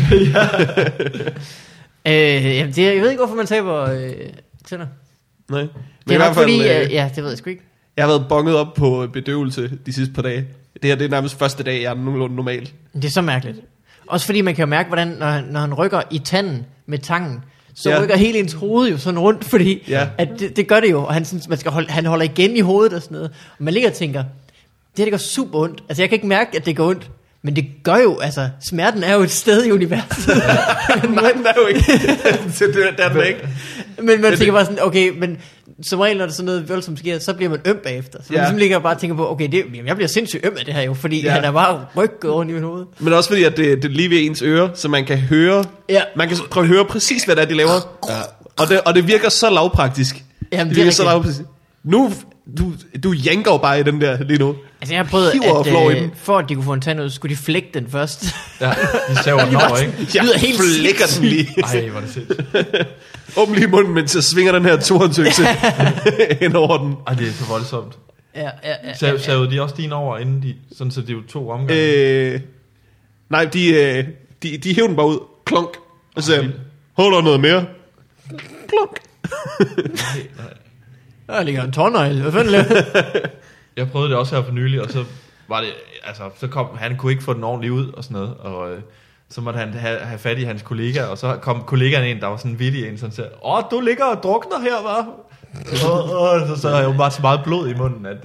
Jeg ved ikke, hvorfor man taber tænder. Nej. Det er nok fordi... det ved jeg sgu ikke. Jeg har været bonget op på bedøvelse de sidste par dage. Det her det er nærmest første dag, jeg er nogenlunde normal. Det er så mærkeligt. Også fordi man kan jo mærke, hvordan når han rykker i tanden med tangen, så rykker hele ens hoved jo sådan rundt, fordi at det gør det jo, og han synes, han holder igen i hovedet og sådan noget. Og man ligger og tænker, det gør super ondt. Altså jeg kan ikke mærke, at det gør ondt, men det gør jo, altså smerten er jo et sted i universet. Nej, den er jo ikke. Det er den ikke. Men man tænker bare sådan, okay, men som regel, når der sådan noget voldsomt sker, så bliver man øm bagefter. Så man ligesom ligger og bare tænker på, okay, jeg bliver sindssygt øm af det her jo, fordi han er bare rykket oven i mit hoved. Men også fordi, at det er lige ved ens øre, så man kan høre, man kan prøve at høre præcis, hvad det er, de laver. Ja. Og det virker så lavpraktisk. Jamen, det virker så lavpraktisk. Nu, du janker jo bare i den der lige nu. Altså jeg har prøvet, at for at de kunne få en tand ud, skulle de flække den først. Ja, de saver den over, ikke? Jeg flækker den lige. Ej, hvor er det sindssygt. Åbn lige munden, mens jeg svinger den her tornsøgse ind over den. Ej, det er så voldsomt. Savede de også din over, inden de, sådan så det er jo 2 omgange? Nej, de hævde den bare ud. Klonk. Og så sagde hold on noget mere. Klonk. Nej. Der ligger en tårnegl. Hvad fanden laver? Jeg prøvede det også her for nylig, og så var det, altså, så kom, han kunne ikke få den ordentligt ud og sådan noget, og så måtte han have fat i hans kollega, og så kom kollegaen ind, der var sådan vittig en, sådan sagde, du ligger og drukner her, hva'? Så havde jeg jo bare så meget blod i munden, at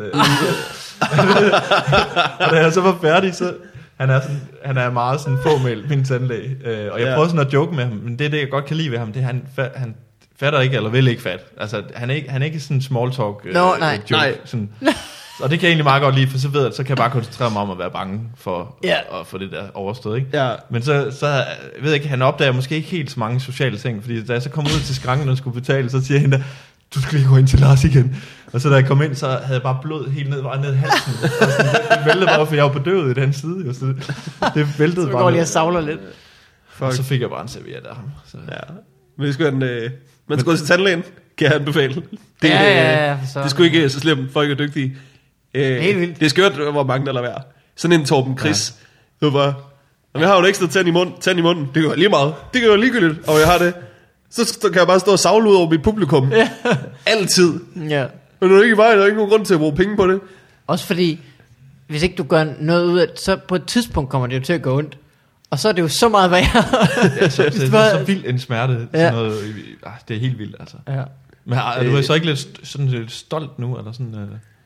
og da jeg så var færdig, så han er meget sådan fåmælt, min tandlæge, og jeg prøvede sådan at joke med ham, men det jeg godt kan lide ved ham, det er, han fatter ikke, eller vil ikke fat. Altså, han er ikke sådan en small talk joke. Sådan. Og det kan jeg egentlig meget godt lide, for så ved jeg, så kan jeg bare koncentrere mig om at være bange for at få det der overstået, ikke? Ja. Men så ved jeg ikke, han opdager måske ikke helt så mange sociale ting, fordi da jeg så kom ud til skranken og skulle betale, så siger hende, du skal lige gå ind til Lars igen. Og så da jeg kom ind, så havde jeg bare blod helt ned i halsen. Og sådan, det væltede bare, for jeg var bedøvet i den side. Jo, så det væltede så bare. Så går lige og savler lidt. Og så fik jeg bare en serviet af ham. Så. Ja. Men det skulle man skulle til tandlægen, kan jeg anbefale. Det, det skulle ikke så slemt, folk er dygtige. Helt vildt. Det er skørt, hvor mange der lader være. Sådan en Torben Chris. Ja. Det var bare, jeg har jo en ekstra tand i munden. Det gør lige meget. Det gør ligegyldigt, og jeg har det. Så kan jeg bare stå og savle ud over mit publikum. Ja. Altid. Ja. Men når du ikke i vejen, der er ikke nogen grund til at bruge penge på det. Også fordi, hvis ikke du gør noget ud af, så på et tidspunkt kommer det jo til at gå ondt. Og så er det jo så meget værre. Det er så vildt en smerte. Sådan noget, det er helt vildt, altså. Ja. Men er du så ikke lidt stolt nu, eller sådan?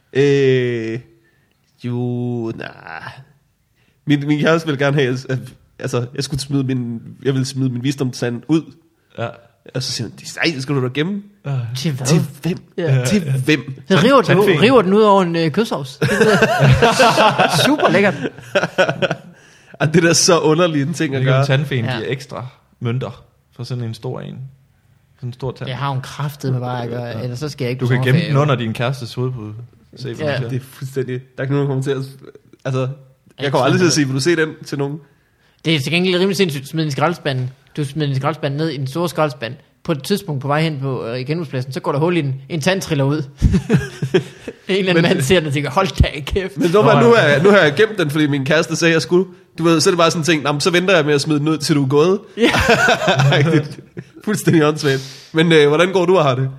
Jo, Min kæreste ville gerne have, altså, jeg ville smide min visdomstand ud. Ja. Og så siger hun, nej, det skal du da gemme. Til hvad? Til hvem? Ja. Til hvem? Så river den ud over en kødsovs. Super lækkert. Og det er så underligt en ting at gøre. Tandfen giver ekstra mønter for sådan en stor en. Sådan en stor tand. Jeg har jo en kraftet med bare at gøre, ellers så skal jeg ikke. Du kan gemme den under din kærestes hovedpude. Se, det er fuldstændig. Der er ikke nogen, der kommer til at... Altså, jeg kommer aldrig til at sige, vil du se den til nogen? Det er til gengæld rimelig sindssygt. Smid den i skraldespanden. du smider din skraldespand ned i den store skraldespand, på et tidspunkt på vej hen på genbrugspladsen, så går der hul i den, en tand triller ud. En eller anden mand ser den og tænker, hold da kæft. Men nu har jeg gemt den, fordi min kæreste sagde, jeg skulle. Du ved, så er det bare sådan en ting, så venter jeg med at smide den ud, til du er gået. Ja. Fuldstændig åndssvagt. Men hvordan går du og har det?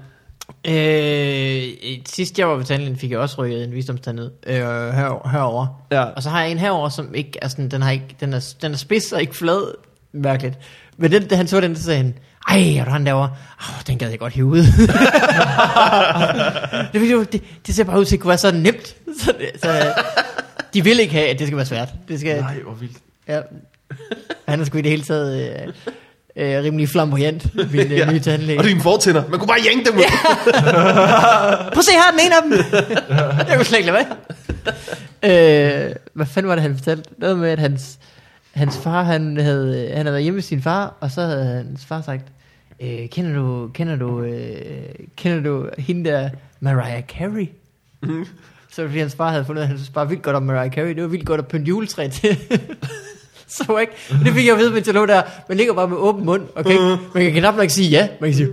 Sidst jeg var ved tandlægen, fik jeg også rykket en visdomstand ned herover. Ja. Og så har jeg en herover, som ikke er sådan, den er spids og ikke flad, mærkeligt. Men da han så den, så sagde han, ej, er du han derovre? Den gad jeg godt hive ud. det ser bare ud til at kunne være så nemt. Så de vil ikke have, at det skal være svært. Nej, hvor vildt. Ja. Han er sgu i det hele taget rimelig flamboyant, min nye tandlæge. Og dine fortænder, man kunne bare yanke dem ud. Prøv at se her, den ene af dem. Jeg kunne slet ikke lade være. Hvad fanden var det, han fortalte? Noget med, at hans far, han havde været hjemme med sin far, og så havde hans far sagt, kender du hende der Mariah Carey? Mm. Så fordi hans far havde fundet, at han synes bare vildt godt om Mariah Carey. Det var vildt godt at pynte juletræ til. Så ikke. Det fik jeg at vide, mens jeg lå der. Man ligger bare med åben mund. Okay? Man kan knap nok sige ja. Man kan sige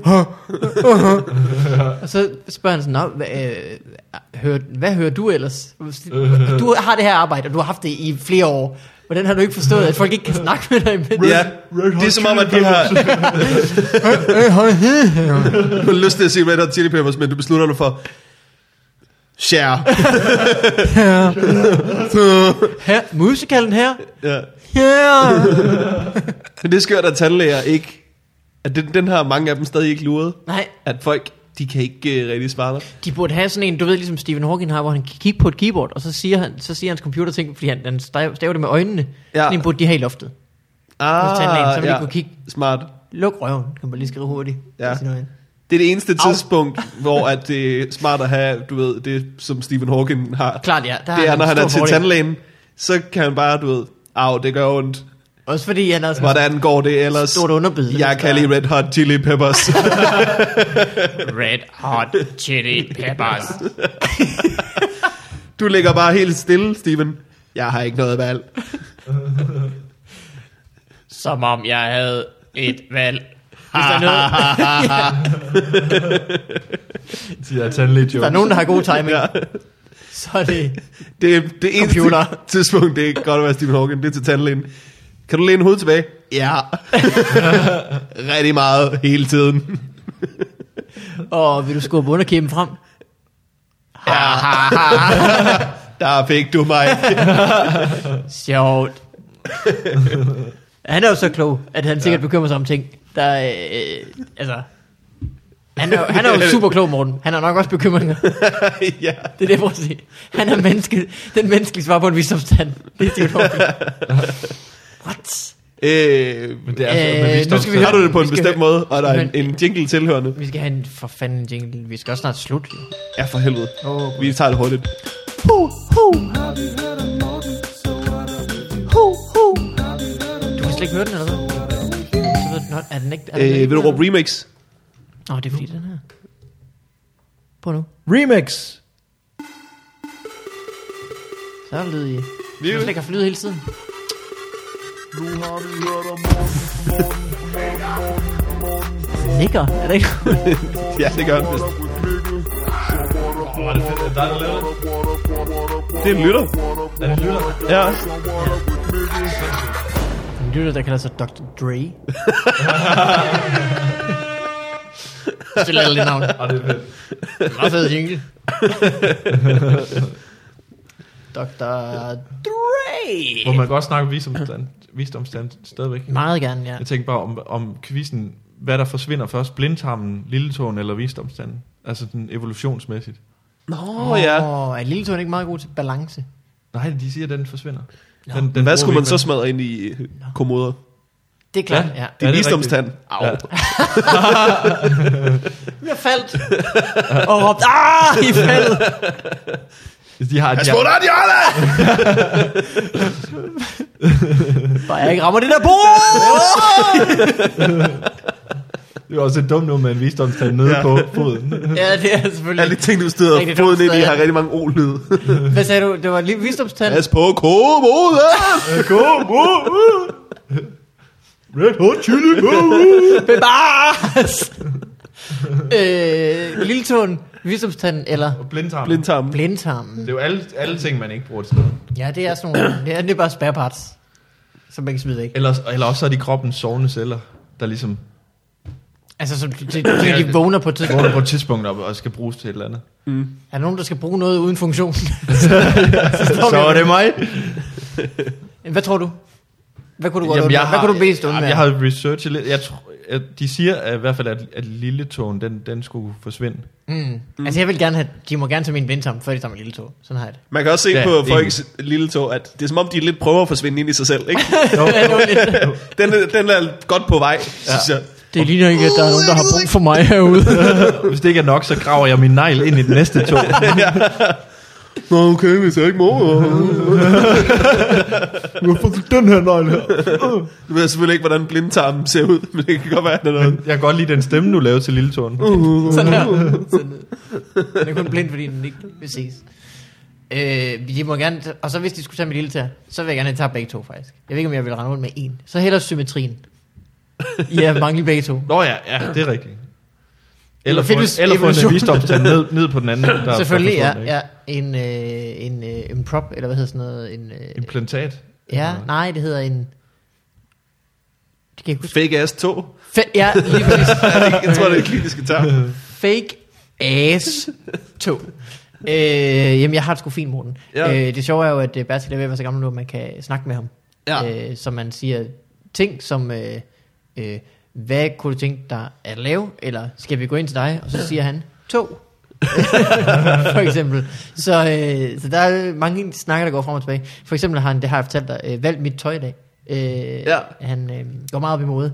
og så spørger han sådan, hvad hører du ellers? Du har det her arbejde, og du har haft det i flere år. Hvordan har du ikke forstået, at folk ikke kan snakke med dig? Ja, det er som om, at de har... Du har lyst til at sige Red Hot Chili Peppers, men du beslutter dig for... Share. Her, musicalen her. Ja. Yeah. Men det er skørt, at tandlæger ikke... At den har mange af dem stadig ikke luret. Nej. At folk, de kan ikke rigtig svare dig. De burde have sådan en, du ved, ligesom Stephen Hawking har, hvor han kan kigge på et keyboard, og så siger hans computer ting, fordi han staver det med øjnene. Ja. Sådan en burde de have i loftet. Så vil de kunne kigge. Smart. Luk røven, kan man lige skrive hurtigt. Ja. Det er det eneste tidspunkt, hvor at det er smart at have, du ved, det som Stephen Hawking har. Klart, ja. Det er, når han er til tandlægen, så kan han bare, du ved, det gør ondt. Også fordi han er hvordan går det ellers? Stort underbid. Jeg kan lide Red Hot Chili Peppers. Red Hot Chili Peppers. Du ligger bare helt stille, Steven. Jeg har ikke noget valg. Som om jeg havde et valg. Hvis der er nogen, der har god timing, så er det eneste tidspunkt, det er godt at være Stephen Hawking, det er til tandlægen. Kan du læne hovedet tilbage? Ja. Rigtig meget hele tiden. Og vil du skubbe underkæben frem? Ja. Der fik du mig. Sjovt. Han er jo så klog, at han sikkert bekymrer sig om ting, der han er jo super klog, Morten. Han har nok også bekymringer. Ja. Det er det, jeg prøver at sige. Han er den menneskelige svar på en visdomstand. Det er Stephen Hawking. What? Men det er nu skal vi har du det på en bestemt måde, og der er en jingle tilhørende. Vi skal have en for fanden jingle. Vi skal også snart slutte. Ja, for helvede. Vi tager det hurtigt. Du kan slet ikke høre den, eller hvad? Er den ikke? Vil du råbe remix? Det er fordi den her. Prøv nu. Remix! Så er der lyd i. Du skal slet ikke have lyd hele tiden. Nikker, er det ikke? Ja, det gør den vist. Er det fedt, at der er lavet det? Det er en lytter. Er det en lytter? Ja. En lytter, der kalder sig Dr. Dre. Det er lidt navn. Det er fedt. Det er meget fedt jingle. Dr. Dre. Hvor man godt snakke visdomstand stadigvæk. Meget gerne, ja. Jeg tænker bare om quizzen, hvad der forsvinder først, blindtarmen, lilletåen eller visdomstanden? Altså den evolutionsmæssigt. Ja. Er lilletåen ikke meget god til balance? Nej, de siger, at den forsvinder. Den hvad skulle man så smadre ind i kommoder? Det er klart, ja. Det er visdomstand. Au. Ja. Jeg faldt. Og råbte, I faldt. De har bare jeg ikke rammer det der bord. Det er også et dumt nu med en visdomstand nede på foden. Ja, det er selvfølgelig. Alle de ting, du støder foden ind i, har rigtig mange o-lyd. Hvad sagde du? Det var lige visdomstand? Pas på kommoden. Red Hot Chili Bevares! Lilletåen, visdomstanden eller blindtarmen. Det er jo alle ting, man ikke bruger til noget. Ja, det er sådan nogle, det er bare spare parts, som man kan smide væk. Eller også er de kroppens sovende celler, der ligesom... Altså, så de vågner på et tidspunkt. Vågner på et tidspunkt og skal bruges til et eller andet. Er der nogen, der skal bruge noget uden funktion? så er det mig. Hvad tror du? Hvad kunne du godt undvære? Hvad kunne du bedst undvære? Jeg har researchet lidt. De siger i hvert fald, at lilletåen, den skulle forsvinde. Altså jeg vil gerne have, de må gerne tage min blindtarm, før de tager min lilletå. Sådan har jeg det. Man kan også se på folks lilletå, at det er som om, de lidt prøver at forsvinde ind i sig selv, ikke? den er godt på vej, synes jeg. Det ligner ikke, at der er nogen, der har brug for mig herude. Hvis det ikke er nok, så graver jeg min negl ind i den næste tog. Nå, okay, hvis jeg ikke må. Hvorfor den her negl her? Du ved selvfølgelig ikke, hvordan blindtarmen ser ud, men det kan godt være, noget. Jeg kan godt lide den stemme, du lavede til lilletåen. Sådan her. Den er kun blind, fordi den ikke vil ses. De må gerne, og så hvis de skulle tage mit lille tær, så vil jeg gerne tage begge to faktisk. Jeg ved ikke, om jeg vil rende rundt med en. Så hellere symmetrien. Ja, mangler begge to. Nå ja, det er rigtigt. Eller få en visdomstand ned på den anden. Der selvfølgelig, ja. En prop, eller hvad hedder sådan noget? Implantat? Ja, nej, det hedder en... Det kan jeg huske. Fake ass tog? Ja, lige præcis. Jeg tror, det er kliniske term. Fake ass tog. Jamen, jeg har det sgu fint, Morten. Ja. Det sjove er jo, at Bertil er ved at være så gammel nu, at man kan snakke med ham. Ja. Så man siger ting som... hvad kunne du tænke dig at lave, eller skal vi gå ind til dig? Og så siger han, tog. For eksempel. Så der er mange snakker, der går frem og tilbage. For eksempel har han, det har jeg fortalt dig, valgt mit tøj i dag. Han går meget op i mode.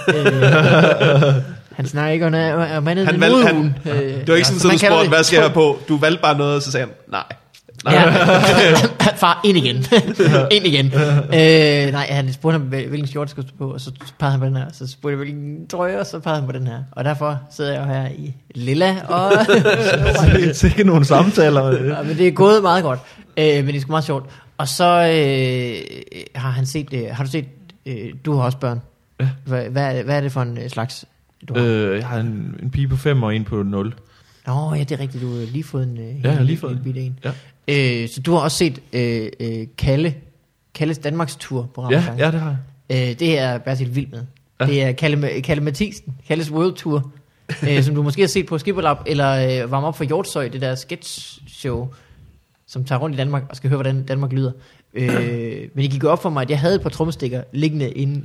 Han snakker ikke om andet end moden. Det var ikke sådan, du spurgte, hvad skal jeg have på? Du valgte bare noget, og så sagde han, nej. Ja. Far, ind igen. Ind igen. Nej, han spurgte ham, hvilken skjorte skulle på, og så pegede han på den her. Så spurgte jeg, hvilken trøje, og så pegede han på den her. Og derfor sidder jeg jo her i lilla. Og det er ikke nogen samtaler. Ja, men det er gået meget godt. Men det er sgu meget sjovt. Og så har han set, har du set, du har også børn. Ja. Hvad er det for en slags, du har? Jeg har en pige på 5 og en på 0. Nå, ja, det er rigtigt. Du har lige fået en en. Ja. Så du har også set Kalles Danmarks tur på Ramachan. Ja, det har jeg. Det er Bertil vild med. Ja. Det er Kalle Mathisen, Kalles World Tour, som du måske har set på Skipperlab, eller varme op for Hjortshøj, det der sketch show, som tager rundt i Danmark og skal høre, hvordan Danmark lyder. Men det gik op for mig, at jeg havde et par trommestikker liggende inde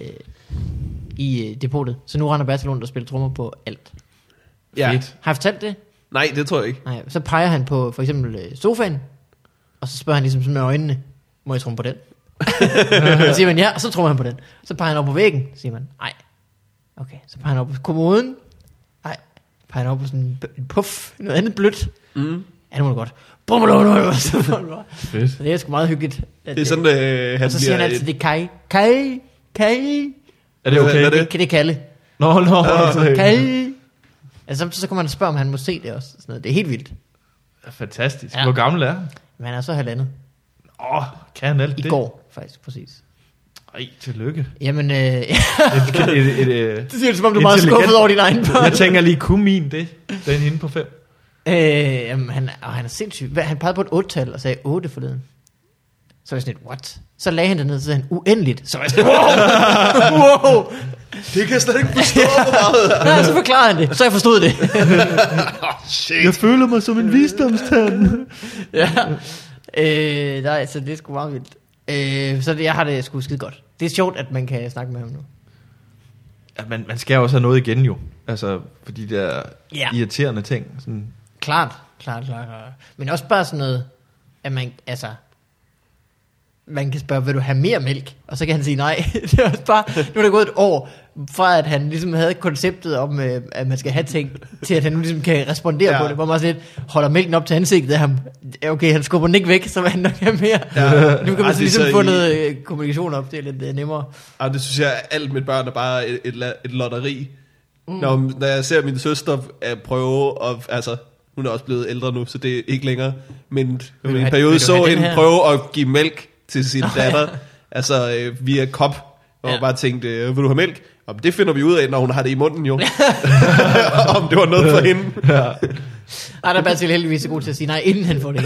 i depotet. Så nu render Bertil rundt og spiller trommer på alt. Ja. Har jeg fortalt det? Nej, det tror jeg ikke. Nej, så peger han på for eksempel sofaen, og så spørger han ligesom sådan med øjnene, må jeg tromme på den? Så siger man ja, og så trommer han på den. Så peger han op på væggen, så siger man nej. Okay, så peger han op på kommoden. Nej, peger han op på sådan en puff, noget andet blødt. Ja, det må det godt. Så det er sgu meget hyggeligt. Det er sådan, han så siger han altid, det er Kai. Er det okay? Det er Kalle. Nå. Kai. Altså, så kommer man og spørge, om han må se det også. Sådan noget. Det er helt vildt. Fantastisk. Ja. Hvor gammel er han? Men han er så halvandet. Kan han alt det? I går, faktisk, præcis. Ej, tillykke. Jamen, det siger du, som om du er meget skuffet over din egen børn. Jeg tænker lige, kunne min det? Den hende på 5. Jamen, han er sindssyg. Han pegede på et 8-tal og sagde 8 forleden. Så var jeg sådan lidt, what? Så lagde han det ned, og så sagde han, uendeligt. Så var jeg sådan, wow. Det kan jeg slet ikke forstå, hvor meget. Nej, så forklarede han det, så jeg forstod det. Shit. Jeg føler mig som en visdomstand. Ja. Nej, så det er sgu meget vildt. Så jeg har det sgu skide godt. Det er sjovt, at man kan snakke med ham nu. Ja, man skal også have noget igen jo. Altså, for de der irriterende ting. Sådan. Klart. Men også bare sådan noget, at man kan spørge, vil du have mere mælk? Og så kan han sige nej. Det er også bare, nu er der gået et år, fra at han ligesom havde konceptet om, at man skal have ting, til at han nu ligesom kan respondere på det. Hvor man sådan lidt holder mælken op til ansigtet af ham. Okay, han skubber den ikke væk, så vil han nok have mere. Ja. Nu kan man så ligesom få noget kommunikation op, det er lidt nemmere. Det synes jeg, alt mit børn er bare et lotteri. Når jeg ser min søster prøve, altså hun er også blevet ældre nu, så det er ikke længere, men i en periode så hende prøve at give mælk til sin datter, altså via kop, Og bare tænkte, vil du have mælk? Og det finder vi ud af, når hun har det i munden jo. Om det var noget for hende. Ja. Ej, der er Bertil heldigvis så god til at sige nej, inden han får det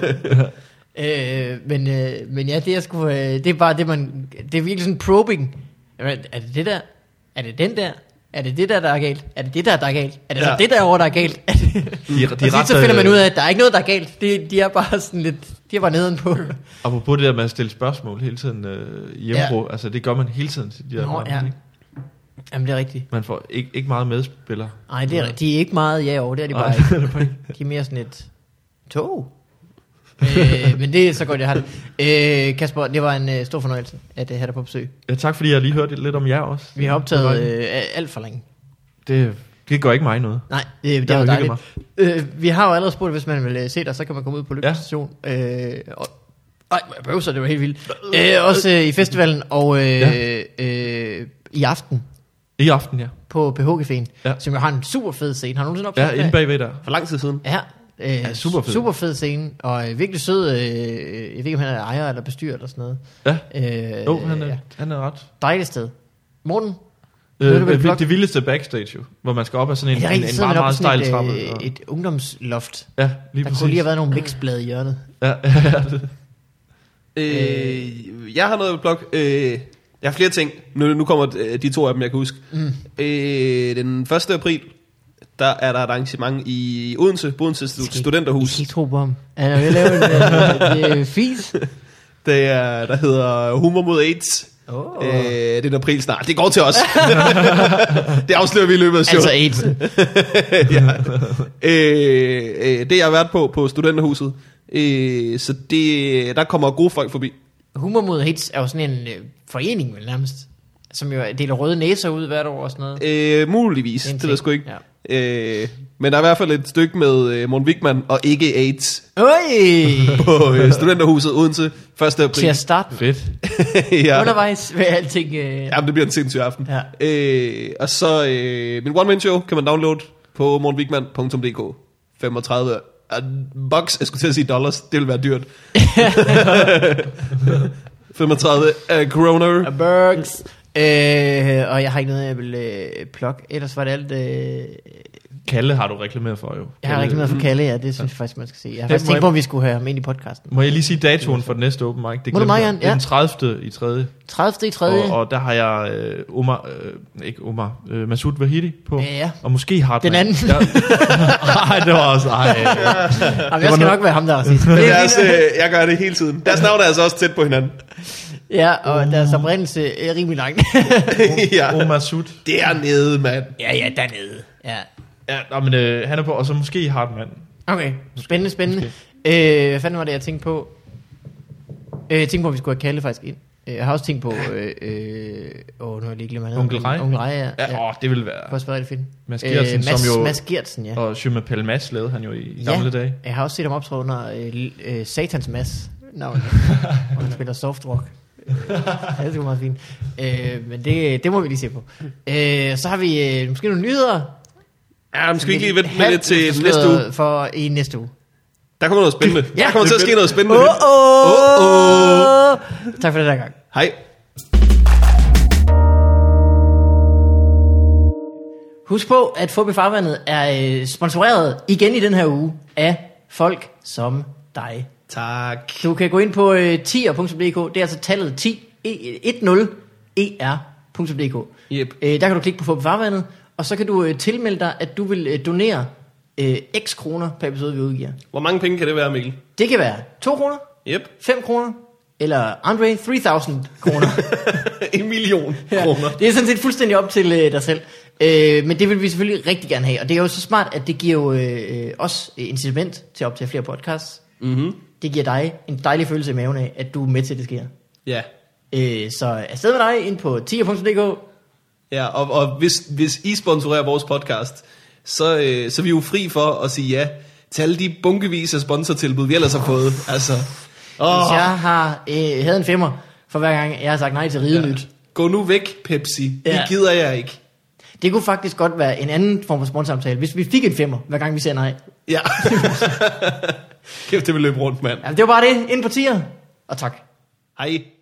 men ja, det er sgu, det er bare det, det er virkelig sådan probing. Er det det der? Er det den der? Er det det der er galt? Er det det der er galt? Er det så det derovre, der er galt? Så finder man ud af, at der er ikke noget, der er galt. De er bare sådan lidt, de er bare nedenpå. Apropos det der med at stille spørgsmål hele tiden hjemmebro, altså det gør man hele tiden. Jamen det er rigtigt. Man får ikke meget medspiller. Nej, de er ikke meget over, det er de bare ikke. De er mere sådan et tog. Men det er så godt, jeg har det. Kasper, det var en stor fornøjelse at have dig på besøg. Ja, tak fordi jeg lige hørte lidt om jer også. Vi har optaget alt for længe. Det gør ikke mig noget. Nej, det er dejligt. Vi har jo allerede spurgt, hvis man vil se dig, så kan man komme ud på Lykke Station. Nej, bøvser, det var helt vildt. Også i festivalen og i aften. I aften, ja. På PH-caféen, som jo har en super fed scene. Har du nogensinde optaget? Ja, inde bagved der. For lang tid siden. Ja, super fed scene, og virkelig sød. Jeg ved ikke, om han er ejer eller bestyrer eller sådan noget. Ja, han er ret. Dejligt sted. Morten? Det vildeste backstage jo, hvor man skal op ad sådan en meget, meget stejl trappe. Et ungdomsloft. Ja, lige der præcis. kunne lige have været nogle mixblade i hjørnet. Ja. Jeg har noget at plukke. Jeg har flere ting. Nu kommer de to af dem, jeg kan huske. Den 1. april, der er der et arrangement i Odense, på Odense Studenterhus. Jeg kan ikke tro på ham. Han er ved at lave en fis. Det er, der hedder Humor mod AIDS. Det er en april snart. Det går til os. Det afslører vi i løbet af showet. Altså AIDS. Det jeg har været på Studenterhuset. Så der kommer gode folk forbi. Humor mod AIDS er jo sådan en forening vel nærmest, som jo deler røde næser ud hvert år og sådan noget. Muligvis, det ved jeg sgu ikke. Ja. Men der er i hvert fald et stykke med Morten Wigman og ikke AIDS. På Studenterhuset Odense 1. april. Til at starte. Fedt. Ja. Undervejs ved alting. Jamen det bliver en sindssyg aften. Ja. Og så min one-man show kan man downloade på mortenwigman.dk. 35 bucks, jeg skulle til at sige dollars, det vil være dyrt. 35 kroner. Bucks. Og jeg har ikke noget, jeg vil plukke. Ellers var det alt... Kalle har du reklameret for jo. Jeg har reklameret for Kalle, ja. Det synes jeg faktisk, man skal se. Jeg har faktisk tænkt på, om vi skulle have ham ind i podcasten. Må jeg lige sige datoen for den næste open mic? Det er den 30. i 3. 30. i 3. Og der har jeg Masoud Vahidi på. Ja. Og måske Hartmann. Den anden. Nej, det var også... Jamen, jeg skal nok være ham der også. Jeg gør det hele tiden. Deres navn er altså også tæt på hinanden. Ja, og deres oprindelse er rimelig lang. Omar Sud. Det er nede, mand. Ja, dernede. Ja, men han er på, og så måske Hartmann. Okay, spændende. Hvad fanden var det, jeg tænkte på? Jeg tænkte på, at vi skulle have Kalle faktisk ind. Jeg har også tænkt på, nu har jeg lige glemt, hvad Onkel Rej, ja. Det ville være... Det kunne også være rigtig fint. Mads Gertsen, som jo... Mads Gertsen, ja. Og Sjømme Pelle Mads lavede han jo i gamle dage. Jeg har også set ham optræde under Satans Mads navn, og han spiller soft rock. Det er meget fint. Men det må vi lige se på. Så har vi måske nogle nyheder. Ja, men skal vi ikke lige vente med det til næste uge? For i næste uge. Der kommer noget spændende. Der kommer til at ske noget spændende. Tak for det der gang. Hej. Husk på, at Fubi Farvandet er sponsoreret igen i den her uge af folk som dig. Tak. Du kan gå ind på tier.dk. Det er altså tallet 10er.dk. Yep. Der kan du klikke på Fubi Farvandet, og så kan du tilmelde dig, at du vil donere x kroner per episode, vi udgiver. Hvor mange penge kan det være, Mikkel? Det kan være 2 kroner, 5 kroner, eller Andre 3.000 kroner. 1 million kroner. Det er sådan set fuldstændig op til dig selv. Men det vil vi selvfølgelig rigtig gerne have. Og det er jo så smart, at det giver jo os incitament til at optage flere podcasts. Mm-hmm. Det giver dig en dejlig følelse i maven af, at du er med til, at det sker. Ja. Så afsted med dig ind på tier.dk. Ja, og hvis I sponsorerer vores podcast, så er vi jo fri for at sige ja til alle de bunkevis af sponsortilbud, vi ellers har fået. Altså, hvis jeg havde en 5'er for hver gang, jeg har sagt nej til Ridenyt. Ja. Gå nu væk, Pepsi. Det gider jeg ikke. Det kunne faktisk godt være en anden form for sponsorsamtale, hvis vi fik en 5'er, hver gang vi siger nej. Ja. Kæft, det vil løbe rundt, mand. Ja, det var bare det. Ind på tier. Og tak. Hej.